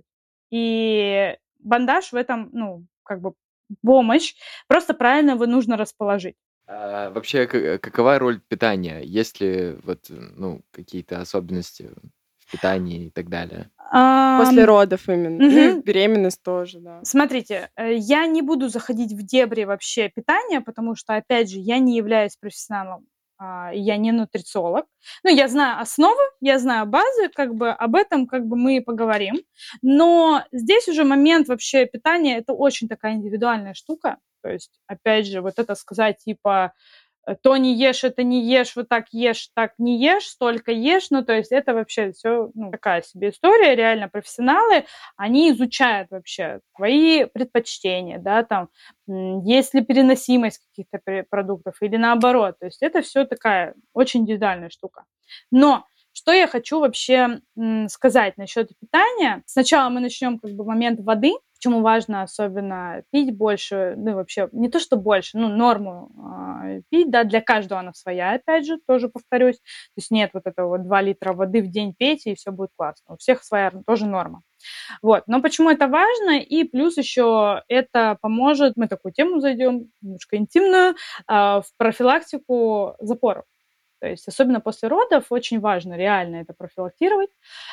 И бандаж в этом, ну, как бы помощь, просто правильно его нужно расположить. Вообще, какова роль питания? Есть ли вот, ну, какие-то особенности в питании и так далее? После Ам, родов именно. Ну и в мгм. беременность тоже, да. Смотрите, я не буду заходить в дебри вообще питания, потому что, опять же, я не являюсь профессионалом, и я не нутрициолог. Ну, я знаю основы, я знаю базы, как бы об этом как бы мы и поговорим. Но здесь уже момент вообще питания — это очень такая индивидуальная штука. То есть, опять же, вот это сказать типа то не ешь, это не ешь, вот так ешь, так не ешь, столько ешь. Ну, то есть это вообще все, ну, такая себе история. Реально профессионалы, они изучают вообще твои предпочтения, да, там, есть ли переносимость каких-то продуктов или наоборот. То есть это все такая очень индивидуальная штука. Но что я хочу вообще сказать насчет питания. Сначала мы начнем как бы момент воды. Почему важно особенно пить больше, ну и вообще не то, что больше, ну, норму пить, да, для каждого она своя, опять же, тоже повторюсь. То есть нет вот этого 2 литра воды в день пейте, и все будет классно. У всех своя тоже норма. Вот. Но почему это важно? И плюс еще это поможет, мы такую тему зайдем, немножко интимную, в профилактику запоров. То есть особенно после родов очень важно реально это профилактировать.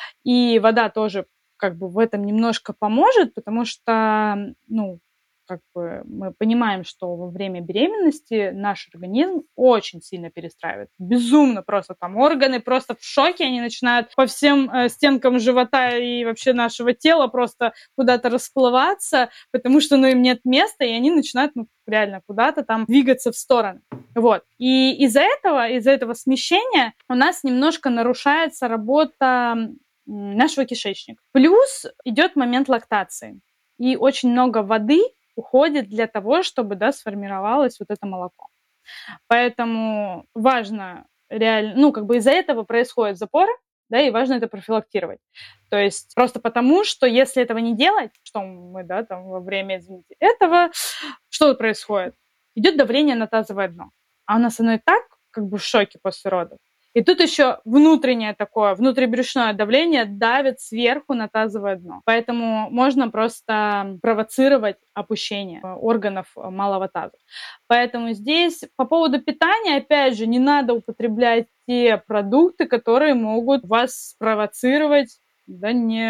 И вода тоже как бы в этом немножко поможет, потому что, ну, как бы мы понимаем, что во время беременности наш организм очень сильно перестраивается. Безумно просто там органы просто в шоке, они начинают по всем стенкам живота и вообще нашего тела просто куда-то расплываться, потому что, ну, им нет места, и они начинают, ну, реально куда-то там двигаться в стороны. Вот. И из-за этого смещения у нас немножко нарушается работа нашего кишечника. Плюс идет момент лактации. И очень много воды уходит для того, чтобы, да, сформировалось вот это молоко. Поэтому важно реально, ну, как бы из-за этого происходят запоры, да, и важно это профилактировать. То есть просто потому, что если этого не делать, что мы, да, там во время, извините, этого, что происходит? Идет давление на тазовое дно. А у нас оно и так как бы в шоке после родов. И тут еще внутреннее такое, внутрибрюшное давление давит сверху на тазовое дно. Поэтому можно просто провоцировать опущение органов малого таза. Поэтому здесь по поводу питания, опять же, не надо употреблять те продукты, которые могут вас спровоцировать, да,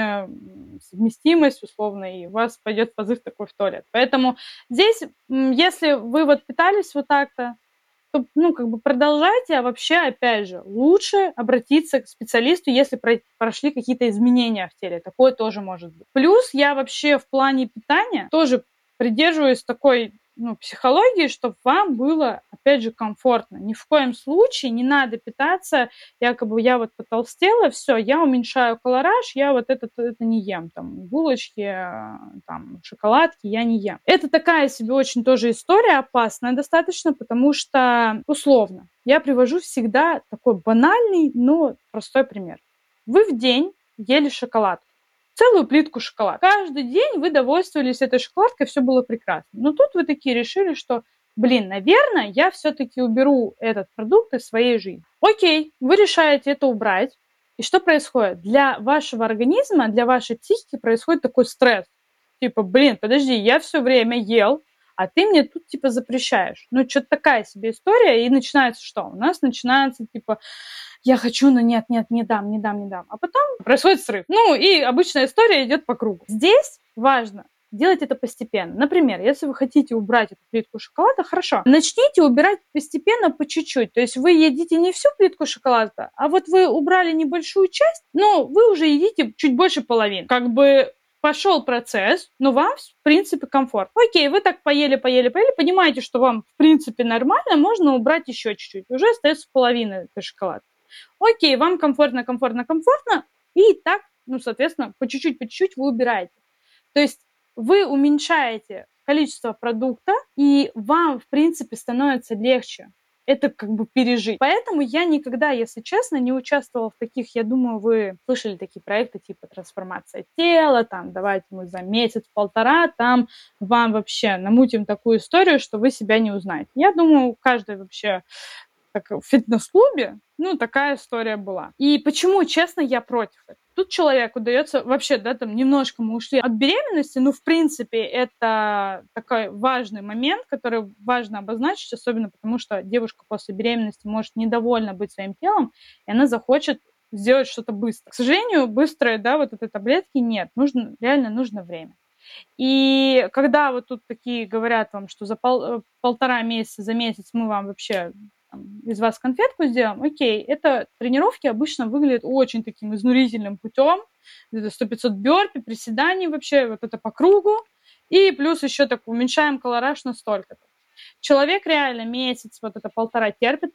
несовместимость условно, и у вас пойдет позыв такой в туалет. Поэтому здесь, если вы вот питались вот так-то, то, ну, как бы продолжайте, а вообще, опять же, лучше обратиться к специалисту, если прошли какие-то изменения в теле. Такое тоже может быть. Плюс я вообще в плане питания тоже придерживаюсь такой, ну, психологии, чтобы вам было, опять же, комфортно. Ни в коем случае не надо питаться, якобы я вот потолстела, все, я уменьшаю колораж, я вот это не ем, там, булочки, там, шоколадки я не ем. Это такая себе очень тоже история опасная достаточно, потому что, условно, я привожу всегда такой банальный, но простой пример. Вы в день ели шоколад, целую плитку шоколада. Каждый день вы довольствовались этой шоколадкой, все было прекрасно. Но тут вы такие решили, что, наверное, я все-таки уберу этот продукт из своей жизни. Окей, вы решаете это убрать. И что происходит? Для вашего организма, для вашей психики происходит такой стресс. Типа, подожди, я все время ел, а ты мне тут, типа, запрещаешь. Ну, что-то такая себе история, и начинается что? У нас начинается, типа, я хочу, но нет, не дам. А потом происходит срыв. Ну, и обычная история идет по кругу. Здесь важно делать это постепенно. Например, если вы хотите убрать эту плитку шоколада, хорошо, начните убирать постепенно по чуть-чуть. То есть вы едите не всю плитку шоколада, а вот вы убрали небольшую часть, но вы уже едите чуть больше половины. Как бы пошел процесс, но вам, в принципе, комфорт. Окей, вы так поели, понимаете, что вам, в принципе, нормально, можно убрать еще чуть-чуть. Уже остается половина этой шоколадки. Окей, вам комфортно, и так, ну, соответственно, по чуть-чуть вы убираете. То есть вы уменьшаете количество продукта, и вам, в принципе, становится легче это как бы пережить. Поэтому я никогда, если честно, не участвовала в таких, я думаю, вы слышали такие проекты типа трансформация тела, там, давайте мы за месяц-полтора, там, вам вообще намутим такую историю, что вы себя не узнаете. Я думаю, каждый вообще так, в фитнес-клубе, ну, такая история была. И почему, честно, я против этого? Тут человеку дается вообще, да, там немножко мы ушли от беременности, но в принципе это такой важный момент, который важно обозначить, особенно потому что девушка после беременности может недовольна быть своим телом, и она захочет сделать что-то быстро. К сожалению, быстрое, да, вот этой таблетки нет, реально нужно время. И когда вот тут такие говорят вам, что за полтора месяца, за месяц мы вам вообще из вас конфетку сделаем, окей, это тренировки обычно выглядят очень таким изнурительным путем, это 100-500 бёрпи, приседаний вообще, вот это по кругу, и плюс еще так уменьшаем колораж настолько-то. Человек реально месяц, вот это полтора терпит,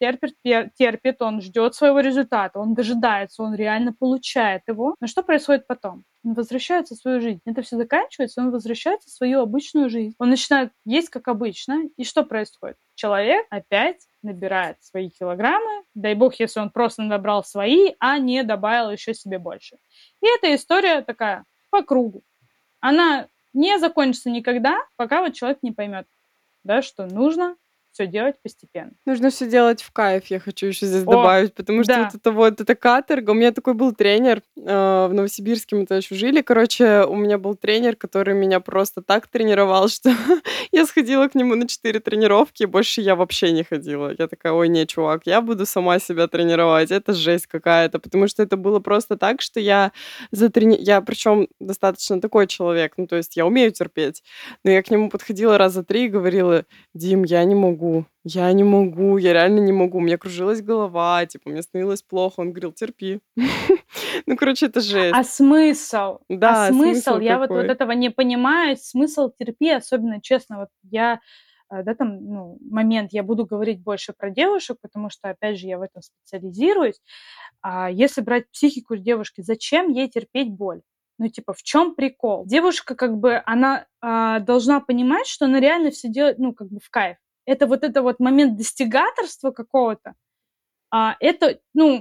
он ждет своего результата, он дожидается, он реально получает его. Но что происходит потом? Он возвращается в свою жизнь. Это все заканчивается, он возвращается в свою обычную жизнь. Он начинает есть как обычно. И что происходит? Человек опять набирает свои килограммы. Дай бог, если он просто набрал свои, а не добавил еще себе больше. И эта история такая по кругу. Она не закончится никогда, пока вот человек не поймет, да, что нужно все делать постепенно. Нужно все делать в кайф, я хочу еще здесь добавить, потому что вот это каторга. У меня такой был тренер, в Новосибирске мы тогда еще жили. Короче, у меня был тренер, который меня просто так тренировал, что я сходила к нему на 4 тренировки, и больше я вообще не ходила. Я такая, ой, не, чувак, я буду сама себя тренировать. Это жесть какая-то, потому что это было просто так, что я причем достаточно такой человек, ну, то есть я умею терпеть, но я к нему подходила раза 3 и говорила: Дим, я не могу, я реально не могу. У меня кружилась голова, типа, мне становилось плохо. Он говорил: терпи. Ну, короче, это жесть. А смысл? Да, смысл Я вот какой? этого не понимаю. Смысл терпи, особенно честно, вот я, да, там, ну, момент, я буду говорить больше про девушек, потому что, опять же, я в этом специализируюсь. Если брать психику девушки, зачем ей терпеть боль? Ну, типа, в чем прикол? Девушка, как бы, она должна понимать, что она реально все делает, ну, как бы в кайф. Это вот момент достигаторства какого-то, это, ну,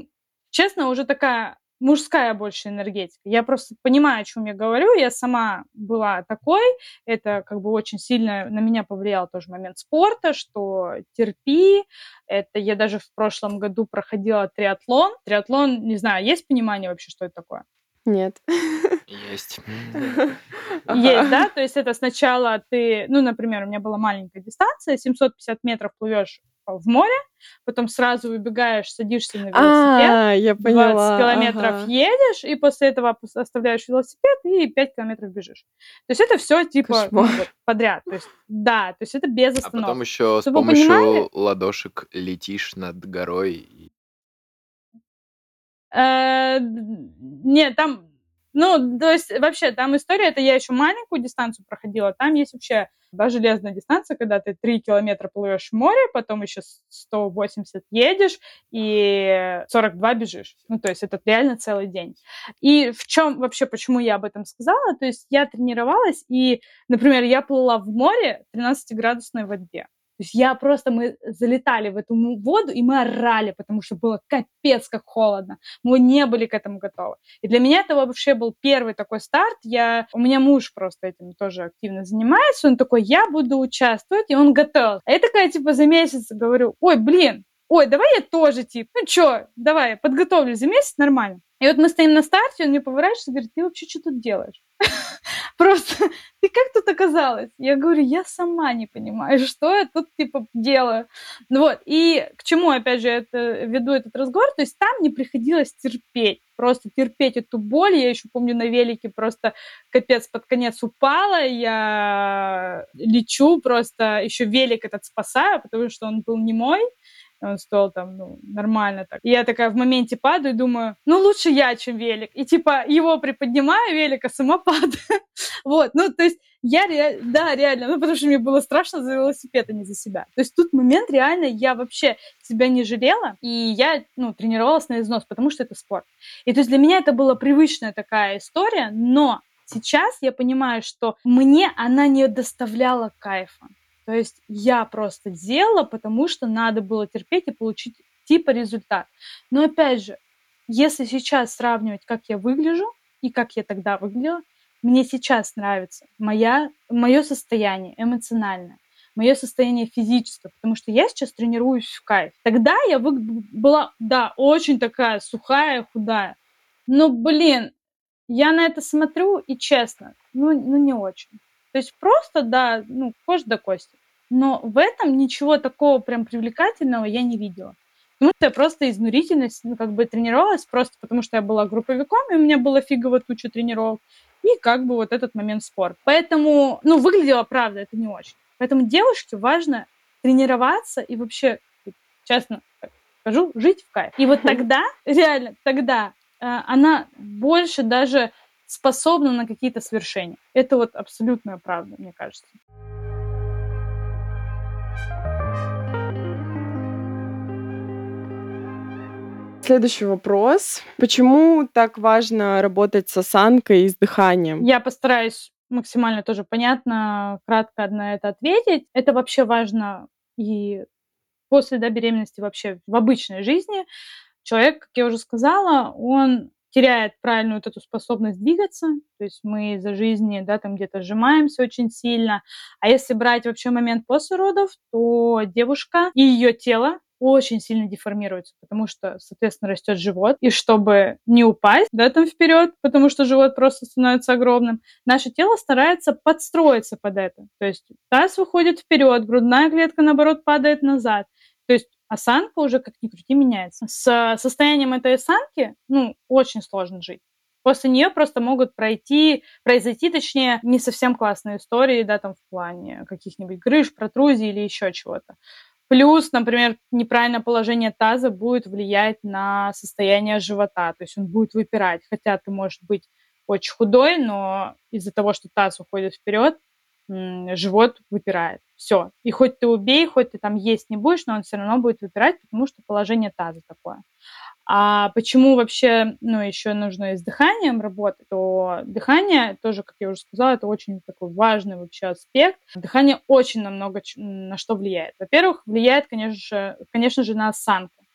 честно, уже такая мужская больше энергетика. Я просто понимаю, о чем я говорю. Я сама была такой. Это как бы очень сильно на меня повлиял тоже момент спорта, что терпи. Это я даже в прошлом году проходила триатлон. Триатлон, не знаю, есть понимание вообще, что это такое? Нет. Есть. Есть, да? То есть это сначала ты, ну, например, у меня была маленькая дистанция, 750 метров плывешь в море, потом сразу выбегаешь, садишься на велосипед, Я 20 поняла. километров Ага. едешь, и после этого оставляешь велосипед и 5 километров бежишь. То есть это все типа, ну, Кошмар. вот, подряд. То есть, да, то есть это без А потом остановки. еще с Чтобы вы понимали, помощью ладошек летишь над горой. Нет, там, ну, то есть вообще там история, это я еще маленькую дистанцию проходила, там есть вообще, да, железная дистанция, когда ты 3 километра плывешь в море, потом еще 180 едешь и 42 бежишь. Ну, то есть это реально целый день. И в чем вообще, почему я об этом сказала? То есть я тренировалась, и, например, я плыла в море в 13-градусной воде. То есть мы залетали в эту воду, и мы орали, потому что было капец как холодно. Мы не были к этому готовы. И для меня это вообще был первый такой старт. У меня муж просто этим тоже активно занимается. Он такой, я буду участвовать, и он готов. А я такая, типа, за месяц говорю, ой, блин, ой, давай я тоже, типа, ну чё, давай, подготовлю за месяц, нормально. И вот мы стоим на старте, он мне поворачивается и говорит, ты вообще что тут делаешь? Просто ты как тут оказалась? Я говорю, я сама не понимаю, что я тут, типа, делаю. Ну вот, и к чему, опять же, веду этот разговор, то есть там мне приходилось терпеть, просто терпеть эту боль. Я еще помню, на велике просто капец под конец упала, я лечу просто, еще велик этот спасаю, потому что он был не мой, он стоил там, ну, нормально так. И я такая в моменте падаю и думаю, ну, лучше я, чем велик. И типа его приподнимаю, велик, а сама падаю. Вот, ну, то есть да, реально, ну, потому что мне было страшно за велосипед, а не за себя. То есть тут момент реально, я вообще себя не жалела, и я, ну, тренировалась на износ, потому что это спорт. И то есть для меня это была привычная такая история, но сейчас я понимаю, что мне она не доставляла кайфа. То есть я просто делала, потому что надо было терпеть и получить типа результат. Но опять же, если сейчас сравнивать, как я выгляжу и как я тогда выглядела, мне сейчас нравится мое состояние эмоциональное, мое состояние физическое, потому что я сейчас тренируюсь в кайф. Тогда я была, да, очень такая сухая, худая. Но, блин, я на это смотрю и честно, ну не очень. То есть просто, да, ну, кожа до кости. Но в этом ничего такого прям привлекательного я не видела. Потому что я просто изнурительность, ну, как бы тренировалась просто потому, что я была групповиком, и у меня было фигово туча тренировок. И как бы вот этот момент спорт. Поэтому, ну, выглядело, правда, это не очень. Поэтому девушке важно тренироваться и вообще, честно скажу, жить в кайф. И вот тогда, реально, тогда она больше даже способна на какие-то свершения. Это вот абсолютная правда, мне кажется. Следующий вопрос. Почему так важно работать с осанкой и с дыханием? Я постараюсь максимально тоже понятно, кратко на это ответить. Это вообще важно и после, да, беременности вообще в обычной жизни. Человек, как я уже сказала, он теряет правильную вот эту способность двигаться, то есть мы за жизни, да, там где-то сжимаемся очень сильно. А если брать вообще момент после родов, то девушка и ее тело очень сильно деформируется, потому что, соответственно, растет живот. И чтобы не упасть, да, там вперед, потому что живот просто становится огромным, наше тело старается подстроиться под это. То есть таз выходит вперед, грудная клетка, наоборот, падает назад. То есть осанка уже, как ни крути, меняется. С состоянием этой осанки, ну, очень сложно жить. После нее просто могут произойти, точнее, не совсем классные истории, да, там в плане каких-нибудь грыж, протрузий или еще чего-то. Плюс, например, неправильное положение таза будет влиять на состояние живота, то есть он будет выпирать, хотя ты можешь быть очень худой, но из-за того, что таз уходит вперед, живот выпирает. Все. И хоть ты убей, хоть ты там есть не будешь, но он все равно будет выпирать, потому что положение таза такое. А почему вообще, ну, еще нужно и с дыханием работать, то дыхание тоже, как я уже сказала, это очень такой важный вообще аспект. Дыхание очень на много на что влияет. Во-первых, влияет, конечно же, на осанку.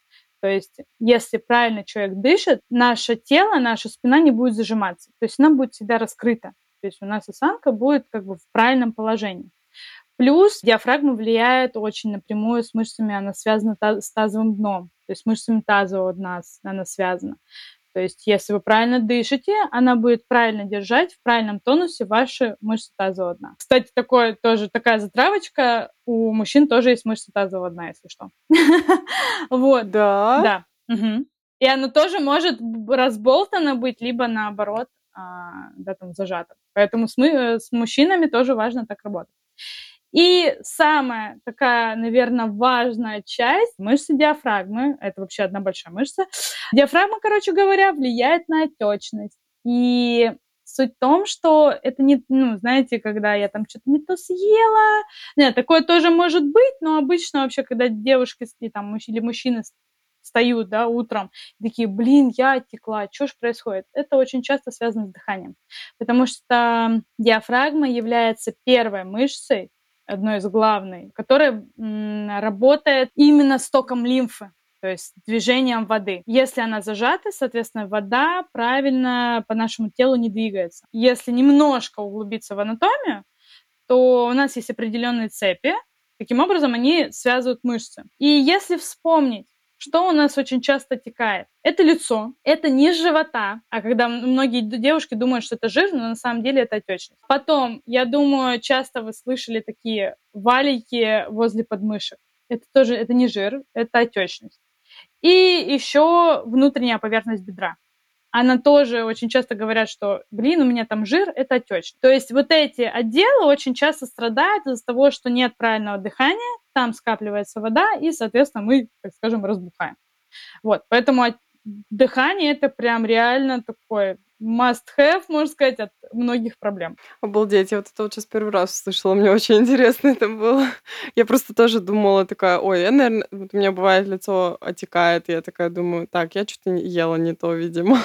То есть если правильно человек дышит, наше тело, наша спина не будет зажиматься. То есть она будет всегда раскрыта. То есть у нас осанка будет как бы в правильном положении. Плюс диафрагма влияет очень напрямую с мышцами, она связана с тазовым дном. То есть мышцами тазового дна она связана. То есть если вы правильно дышите, она будет правильно держать в правильном тонусе ваши мышцы тазового дна. Кстати, такая затравочка, у мужчин тоже есть мышцы тазового дна, если что. Вот. Да? Да. Мгм. И оно тоже может разболтано быть, либо наоборот, зажато. Поэтому с мужчинами тоже важно так работать. И самая такая, наверное, важная часть — мышцы диафрагмы. Это вообще одна большая мышца. Диафрагма, короче говоря, влияет на отечность. И суть в том, что это не, знаете, когда я там что-то не то съела. Нет, такое тоже может быть, но обычно вообще, когда девушки или мужчины встают, да, утром, такие, я отекла, что ж происходит? Это очень часто связано с дыханием. Потому что диафрагма является первой мышцей, одной из главных, которая работает именно с током лимфы, то есть движением воды. Если она зажата, соответственно, вода правильно по нашему телу не двигается. Если немножко углубиться в анатомию, то у нас есть определенные цепи. Таким образом, они связывают мышцы. И если вспомнить, что у нас очень часто текает? Это лицо, это низ живота. А когда многие девушки думают, что это жир, но на самом деле это отечность. Потом, я думаю, часто вы слышали такие валики возле подмышек. Это не жир, это отечность. И еще внутренняя поверхность бедра. Она тоже очень часто говорят, что, у меня там жир, это отечность. То есть вот эти отделы очень часто страдают из-за того, что нет правильного дыхания, там скапливается вода, и, соответственно, мы, так скажем, разбухаем. Вот, поэтому дыхание — это прям реально такой must-have, можно сказать, от многих проблем. Обалдеть, я вот это вот сейчас первый раз услышала, мне очень интересно это было. Я просто тоже думала такая, я, наверное, вот у меня бывает лицо отекает, и я такая думаю, так, я что-то ела не то, видимо.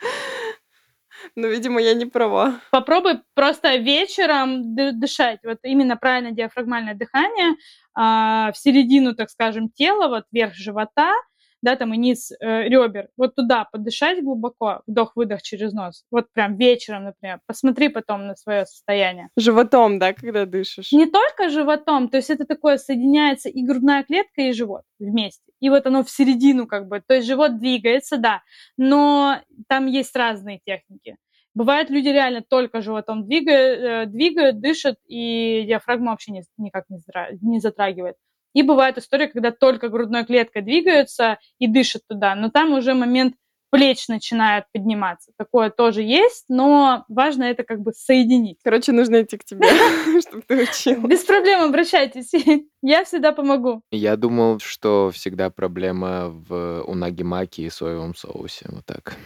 Но, видимо, я не права. Попробуй просто вечером дышать. Вот именно правильное диафрагмальное дыхание в середину, так скажем, тела, вот верх живота, да, там и низ ребер. Вот туда подышать глубоко, вдох-выдох через нос. Вот прям вечером, например. Посмотри потом на свое состояние. Животом, да, когда дышишь? Не только животом, то есть это такое соединяется и грудная клетка, и живот вместе. И вот оно в середину как бы. То есть живот двигается, да, но там есть разные техники. Бывает, люди реально только животом двигают, дышат, и диафрагма вообще никак не затрагивает. И бывает история, когда только грудной клеткой двигаются и дышат туда, но там уже момент плеч начинают подниматься. Такое тоже есть, но важно это как бы соединить. Короче, нужно идти к тебе, чтобы ты учила. Без проблем, обращайтесь. Я всегда помогу. Я думал, что всегда проблема в унаги-маки и соевом соусе. Вот так.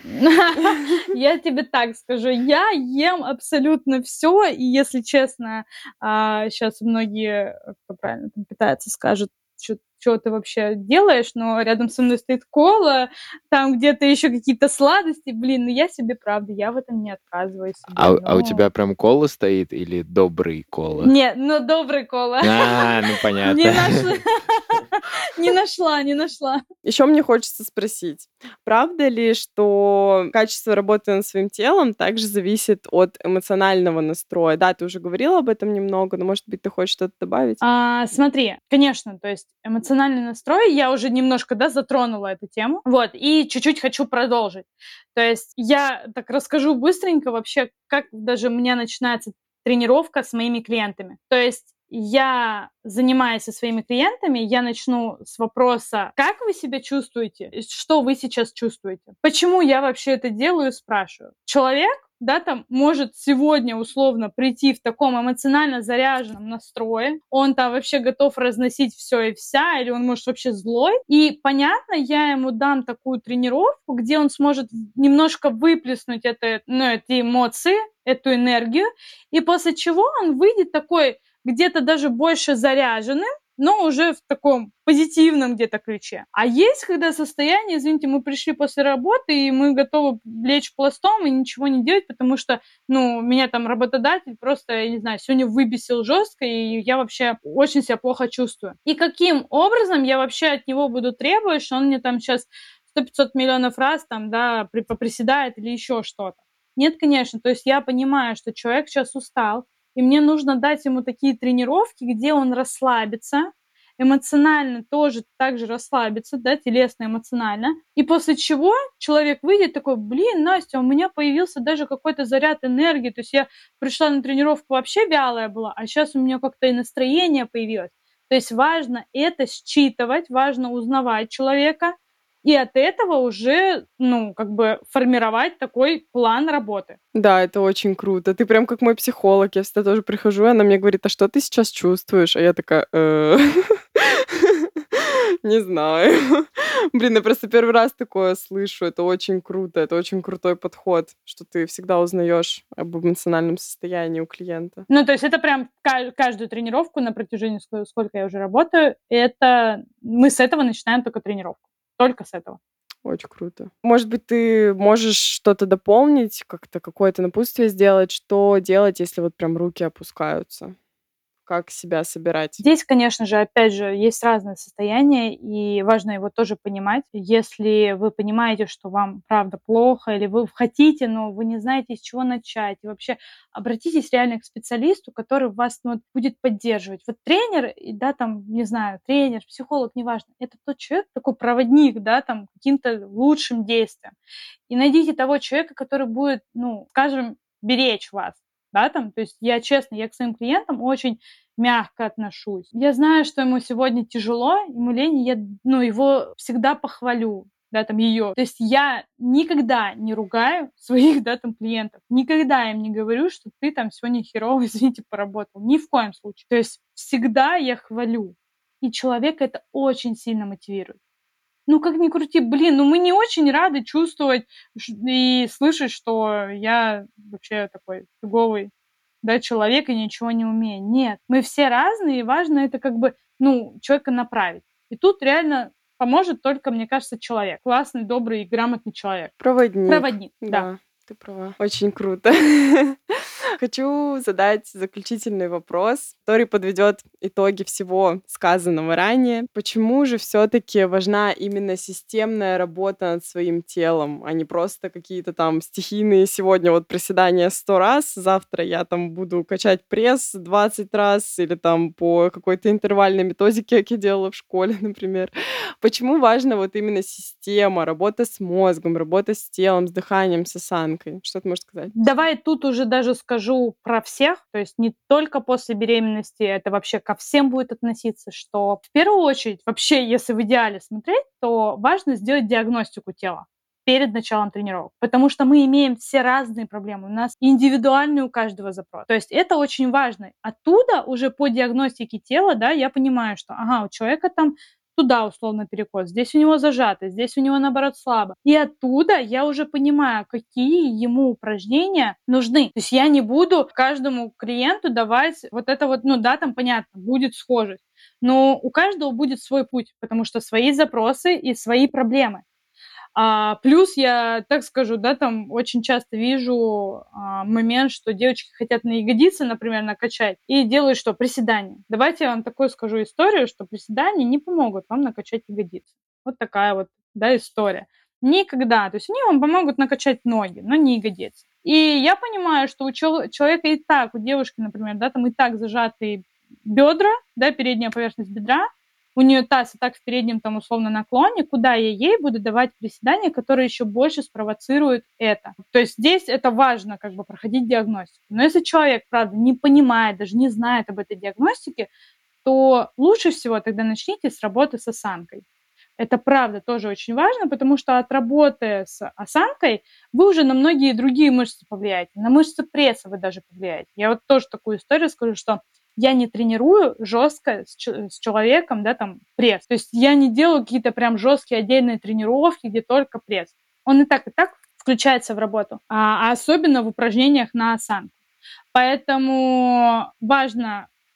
Я тебе так скажу, я ем абсолютно все, и если честно, сейчас многие, кто правильно там питается, скажут, что ты вообще делаешь, но рядом со мной стоит кола, там где-то еще какие-то сладости, я себе, правда, я в этом не отказываюсь себе, А у тебя прям кола стоит или добрый кола? Нет, добрый кола. Понятно. Не нашла. Еще мне хочется спросить, правда ли, что качество работы над своим телом также зависит от эмоционального настроя? Да, ты уже говорила об этом немного, но, может быть, ты хочешь что-то добавить? Смотри, конечно, то есть эмоциональный настрой, я уже немножко, затронула эту тему, вот, и чуть-чуть хочу продолжить. То есть я так расскажу быстренько вообще, как даже у меня начинается тренировка с моими клиентами. То есть я, занимаясь со своими клиентами, я начну с вопроса, как вы себя чувствуете, что вы сейчас чувствуете, почему я вообще это делаю, спрашиваю. Человек, там может сегодня условно прийти в таком эмоционально заряженном настрое, он там вообще готов разносить все и вся, или он может вообще злой. И понятно, я ему дам такую тренировку, где он сможет немножко выплеснуть эти эмоции, эту энергию, и после чего он выйдет такой где-то даже больше заряженным, но уже в таком позитивном где-то ключе. А есть, когда состояние, извините, мы пришли после работы, и мы готовы лечь пластом и ничего не делать, потому что, меня там работодатель просто, я не знаю, сегодня выбесил жестко, и я вообще очень себя плохо чувствую. И каким образом я вообще от него буду требовать, что он мне там сейчас 100-500 миллионов раз там, да, поприседает или еще что-то. Нет, конечно. То есть я понимаю, что человек сейчас устал, и мне нужно дать ему такие тренировки, где он расслабится, эмоционально тоже так же расслабиться, да, телесно, эмоционально. И после чего человек выйдет такой, блин, Настя, у меня появился даже какой-то заряд энергии. То есть я пришла на тренировку вообще вялая была, а сейчас у меня как-то и настроение появилось. То есть важно это считывать, важно узнавать человека, и от этого уже, формировать такой план работы. Да, это очень круто. Ты прям как мой психолог. Я всегда тоже прихожу, и она мне говорит: "А что ты сейчас чувствуешь?" А я такая: Не знаю". Блин, я просто первый раз такое слышу. Это очень круто. Это очень крутой подход, что ты всегда узнаешь об эмоциональном состоянии у клиента. То есть это прям каждую тренировку на протяжении сколько я уже работаю, это мы с этого начинаем только тренировку. Только с этого. Очень круто. Может быть, ты можешь что-то дополнить, как-то какое-то напутствие сделать, что делать, если вот прям руки опускаются? Как себя собирать? Здесь, конечно же, опять же, есть разные состояния, и важно его тоже понимать. Если вы понимаете, что вам правда плохо, или вы хотите, но вы не знаете, с чего начать, и вообще обратитесь реально к специалисту, который вас будет поддерживать. Вот тренер, да, там, не знаю, тренер, психолог, неважно, это тот человек, такой проводник, да, там, к каким-то лучшим действиям. И найдите того человека, который будет, скажем, беречь вас. Да, там, то есть я честно, я к своим клиентам очень мягко отношусь. Я знаю, что ему сегодня тяжело, ему лень, я, его всегда похвалю, да, там, ее. То есть я никогда не ругаю своих, да, там, клиентов. Никогда им не говорю, что ты там сегодня херово, извините, поработал. Ни в коем случае. То есть всегда я хвалю. И человека это очень сильно мотивирует. Как ни крути, блин, мы не очень рады чувствовать и слышать, что я вообще такой фиговый, да, человек и ничего не умею. Нет, мы все разные, и важно это человека направить. И тут реально поможет только, мне кажется, человек. Классный, добрый и грамотный человек. Проводник. Проводник, да. Да, ты права. Очень круто. Хочу задать заключительный вопрос, который подведет итоги всего сказанного ранее. Почему же все-таки важна именно системная работа над своим телом, а не просто какие-то там стихийные сегодня вот приседания 100 раз, завтра я там буду качать пресс 20 раз или там по какой-то интервальной методике, как я делала в школе, например. Почему важна вот именно система, работа с мозгом, работа с телом, с дыханием, с осанкой? Что ты можешь сказать? Давай тут уже даже скажу про всех, то есть не только после беременности, это вообще ко всем будет относиться, что в первую очередь, вообще, если в идеале смотреть, то важно сделать диагностику тела перед началом тренировок, потому что мы имеем все разные проблемы, у нас индивидуальный у каждого запрос. То есть это очень важно. Оттуда уже по диагностике тела, да, я понимаю, что, у человека там туда условно перекос, здесь у него зажато, здесь у него наоборот слабо. И оттуда я уже понимаю, какие ему упражнения нужны. То есть я не буду каждому клиенту давать вот это вот, там понятно, будет схожесть. Но у каждого будет свой путь, потому что свои запросы и свои проблемы. Плюс я так скажу, да, там очень часто вижу момент, что девочки хотят на ягодицы, например, накачать, и делают что? Приседания. Давайте я вам такую скажу историю, что приседания не помогут вам накачать ягодицы. Вот такая вот, да, история. Никогда. То есть они вам помогут накачать ноги, но не ягодицы. И я понимаю, что у человека и так, у девушки, например, да, там и так зажатые бедра, да, передняя поверхность бедра, у нее таз и так в переднем там условно наклоне, куда я ей буду давать приседания, которые еще больше спровоцируют это. То есть здесь это важно проходить диагностику. Но если человек, правда, не понимает, даже не знает об этой диагностике, то лучше всего тогда начните с работы с осанкой. Это правда тоже очень важно, потому что от работы с осанкой вы уже на многие другие мышцы повлияете. На мышцы пресса вы даже повлияете. Я вот тоже такую историю скажу, что я не тренирую жестко с человеком, да, там, пресс. То есть я не делаю какие-то прям жесткие отдельные тренировки, где только пресс. Он и так включается в работу, особенно в упражнениях на осанку. Поэтому важно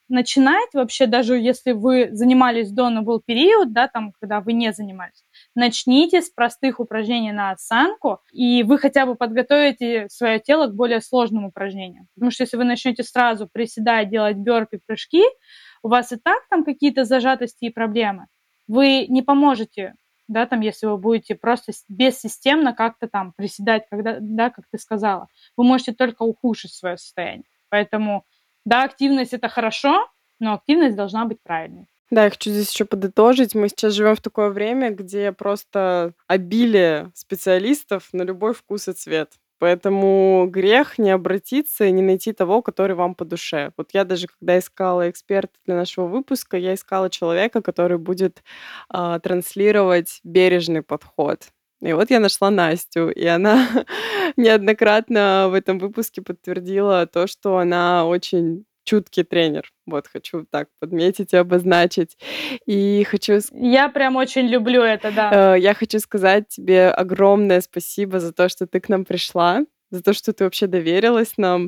начинать вообще, даже если вы занимались до, но был период, да, там, когда вы не занимались, начните с простых упражнений на осанку, и вы хотя бы подготовите свое тело к более сложным упражнениям. Потому что если вы начнете сразу приседать, делать бёрпи, прыжки, у вас и так там какие-то зажатости и проблемы. Вы не поможете, да, там, если вы будете просто бессистемно как-то там приседать, когда, да, как ты сказала. Вы можете только ухудшить свое состояние. Поэтому, да, активность это хорошо, но активность должна быть правильной. Да, я хочу здесь еще подытожить. Мы сейчас живем в такое время, где просто обилие специалистов на любой вкус и цвет. Поэтому грех не обратиться и не найти того, который вам по душе. Вот я даже, когда искала эксперта для нашего выпуска, я искала человека, который будет транслировать бережный подход. И вот я нашла Настю, и она неоднократно в этом выпуске подтвердила то, что она очень чуткий тренер. Вот хочу так подметить и обозначить. И хочу Я прям очень люблю это, да. я хочу сказать тебе огромное спасибо за то, что ты к нам пришла, за то, что ты вообще доверилась нам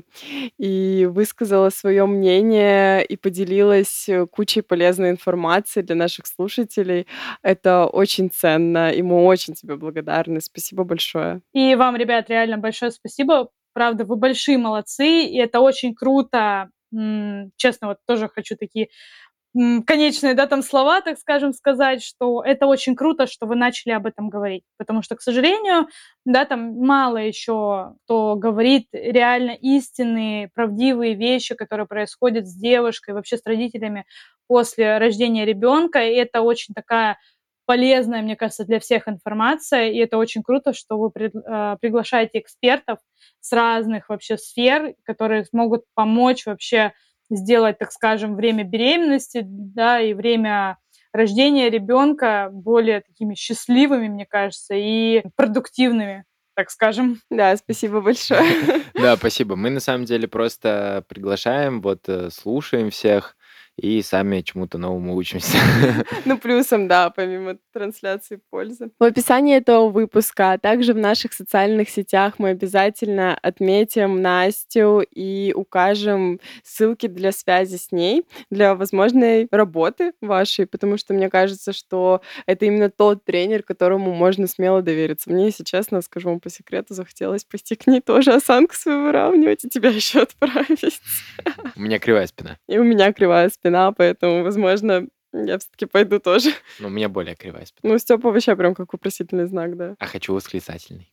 и высказала свое мнение и поделилась кучей полезной информации для наших слушателей. Это очень ценно, и мы очень тебе благодарны. Спасибо большое. И вам, ребят, реально большое спасибо. Правда, вы большие молодцы, и это очень круто. Честно, вот тоже хочу такие конечные, да, там слова, так скажем, сказать, что это очень круто, что вы начали об этом говорить. Потому что, к сожалению, да, там мало еще кто говорит реально истинные, правдивые вещи, которые происходят с девушкой, вообще с родителями после рождения ребенка. И это очень такая полезная, мне кажется, для всех информация. И это очень круто, что вы приглашаете экспертов с разных вообще сфер, которые смогут помочь вообще сделать, так скажем, время беременности, да, и время рождения ребенка более такими счастливыми, мне кажется, и продуктивными, так скажем. Да, спасибо большое. Да, спасибо. Мы на самом деле просто приглашаем, вот слушаем всех и сами чему-то новому учимся. Ну, плюсом, да, помимо трансляции пользы. В описании этого выпуска, а также в наших социальных сетях мы обязательно отметим Настю и укажем ссылки для связи с ней, для возможной работы вашей, потому что мне кажется, что это именно тот тренер, которому можно смело довериться. Мне, если честно, скажу вам по секрету, захотелось пойти к ней тоже осанку свою выравнивать и тебя еще отправить. У меня кривая спина. И у меня кривая спина, поэтому, возможно, я все-таки пойду тоже. Но у меня более кривая спина. Ну, Степа вообще прям как вопросительный знак, да. А хочу восклицательный.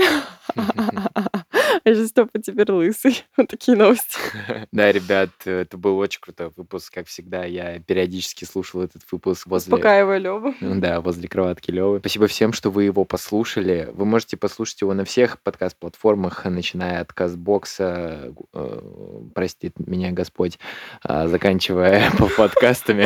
А же Степа теперь лысый. Вот такие новости. Да, ребят, это был очень крутой выпуск, как всегда. Я периодически слушал этот выпуск возле... Успокаивай Лёву. Да, возле кроватки Лёвы. Спасибо всем, что вы его послушали. Вы можете послушать его на всех подкаст-платформах, начиная от Кастбокса, простит меня Господь, заканчивая подкастами.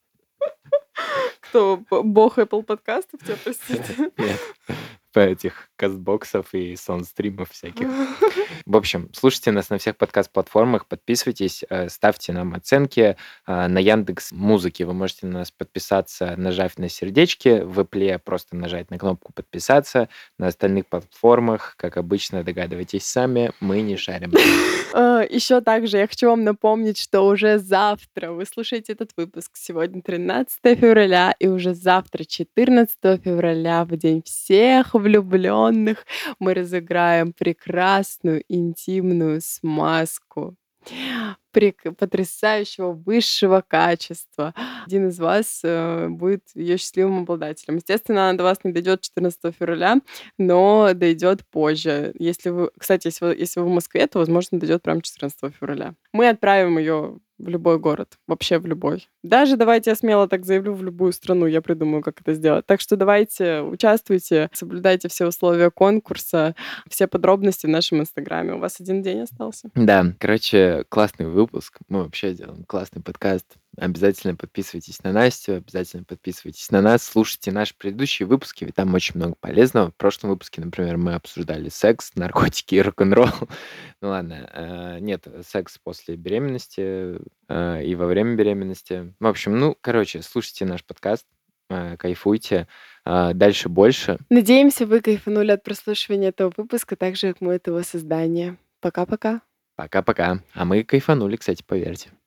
Кто? Бог Apple подкастов тебя простит? Нет, по этих кастбоксов и саундстримов всяких. В общем, слушайте нас на всех подкаст-платформах, подписывайтесь, ставьте нам оценки. На Яндекс Музыке вы можете на нас подписаться, нажав на сердечки. В Apple просто нажать на кнопку «Подписаться». На остальных платформах, как обычно, догадывайтесь сами, мы не шарим. Еще также я хочу вам напомнить, что уже завтра вы слушаете этот выпуск. Сегодня 13 февраля, и уже завтра, 14 февраля, в день всех влюбленных, мы разыграем прекрасную интимную смазку потрясающего высшего качества. Один из вас будет ее счастливым обладателем. Естественно, она до вас не дойдет 14 февраля, но дойдет позже. Если вы, кстати, если вы в Москве, то, возможно, дойдет прямо 14 февраля. Мы отправим ее в любой город, вообще в любой. Даже давайте я смело так заявлю, в любую страну я придумаю, как это сделать. Так что давайте, участвуйте, соблюдайте все условия конкурса, все подробности в нашем инстаграме. У вас один день остался. Да, короче, классный выпуск. Мы вообще делаем классный подкаст. Обязательно подписывайтесь на Настю, обязательно подписывайтесь на нас, слушайте наши предыдущие выпуски, ведь там очень много полезного. В прошлом выпуске, например, мы обсуждали секс, наркотики и рок-н-ролл. Ну ладно, нет, секс после беременности и во время беременности. В общем, слушайте наш подкаст, кайфуйте, дальше больше. Надеемся, вы кайфанули от прослушивания этого выпуска, так же, как мы от его создания. Пока-пока. Пока-пока. А мы кайфанули, кстати, поверьте.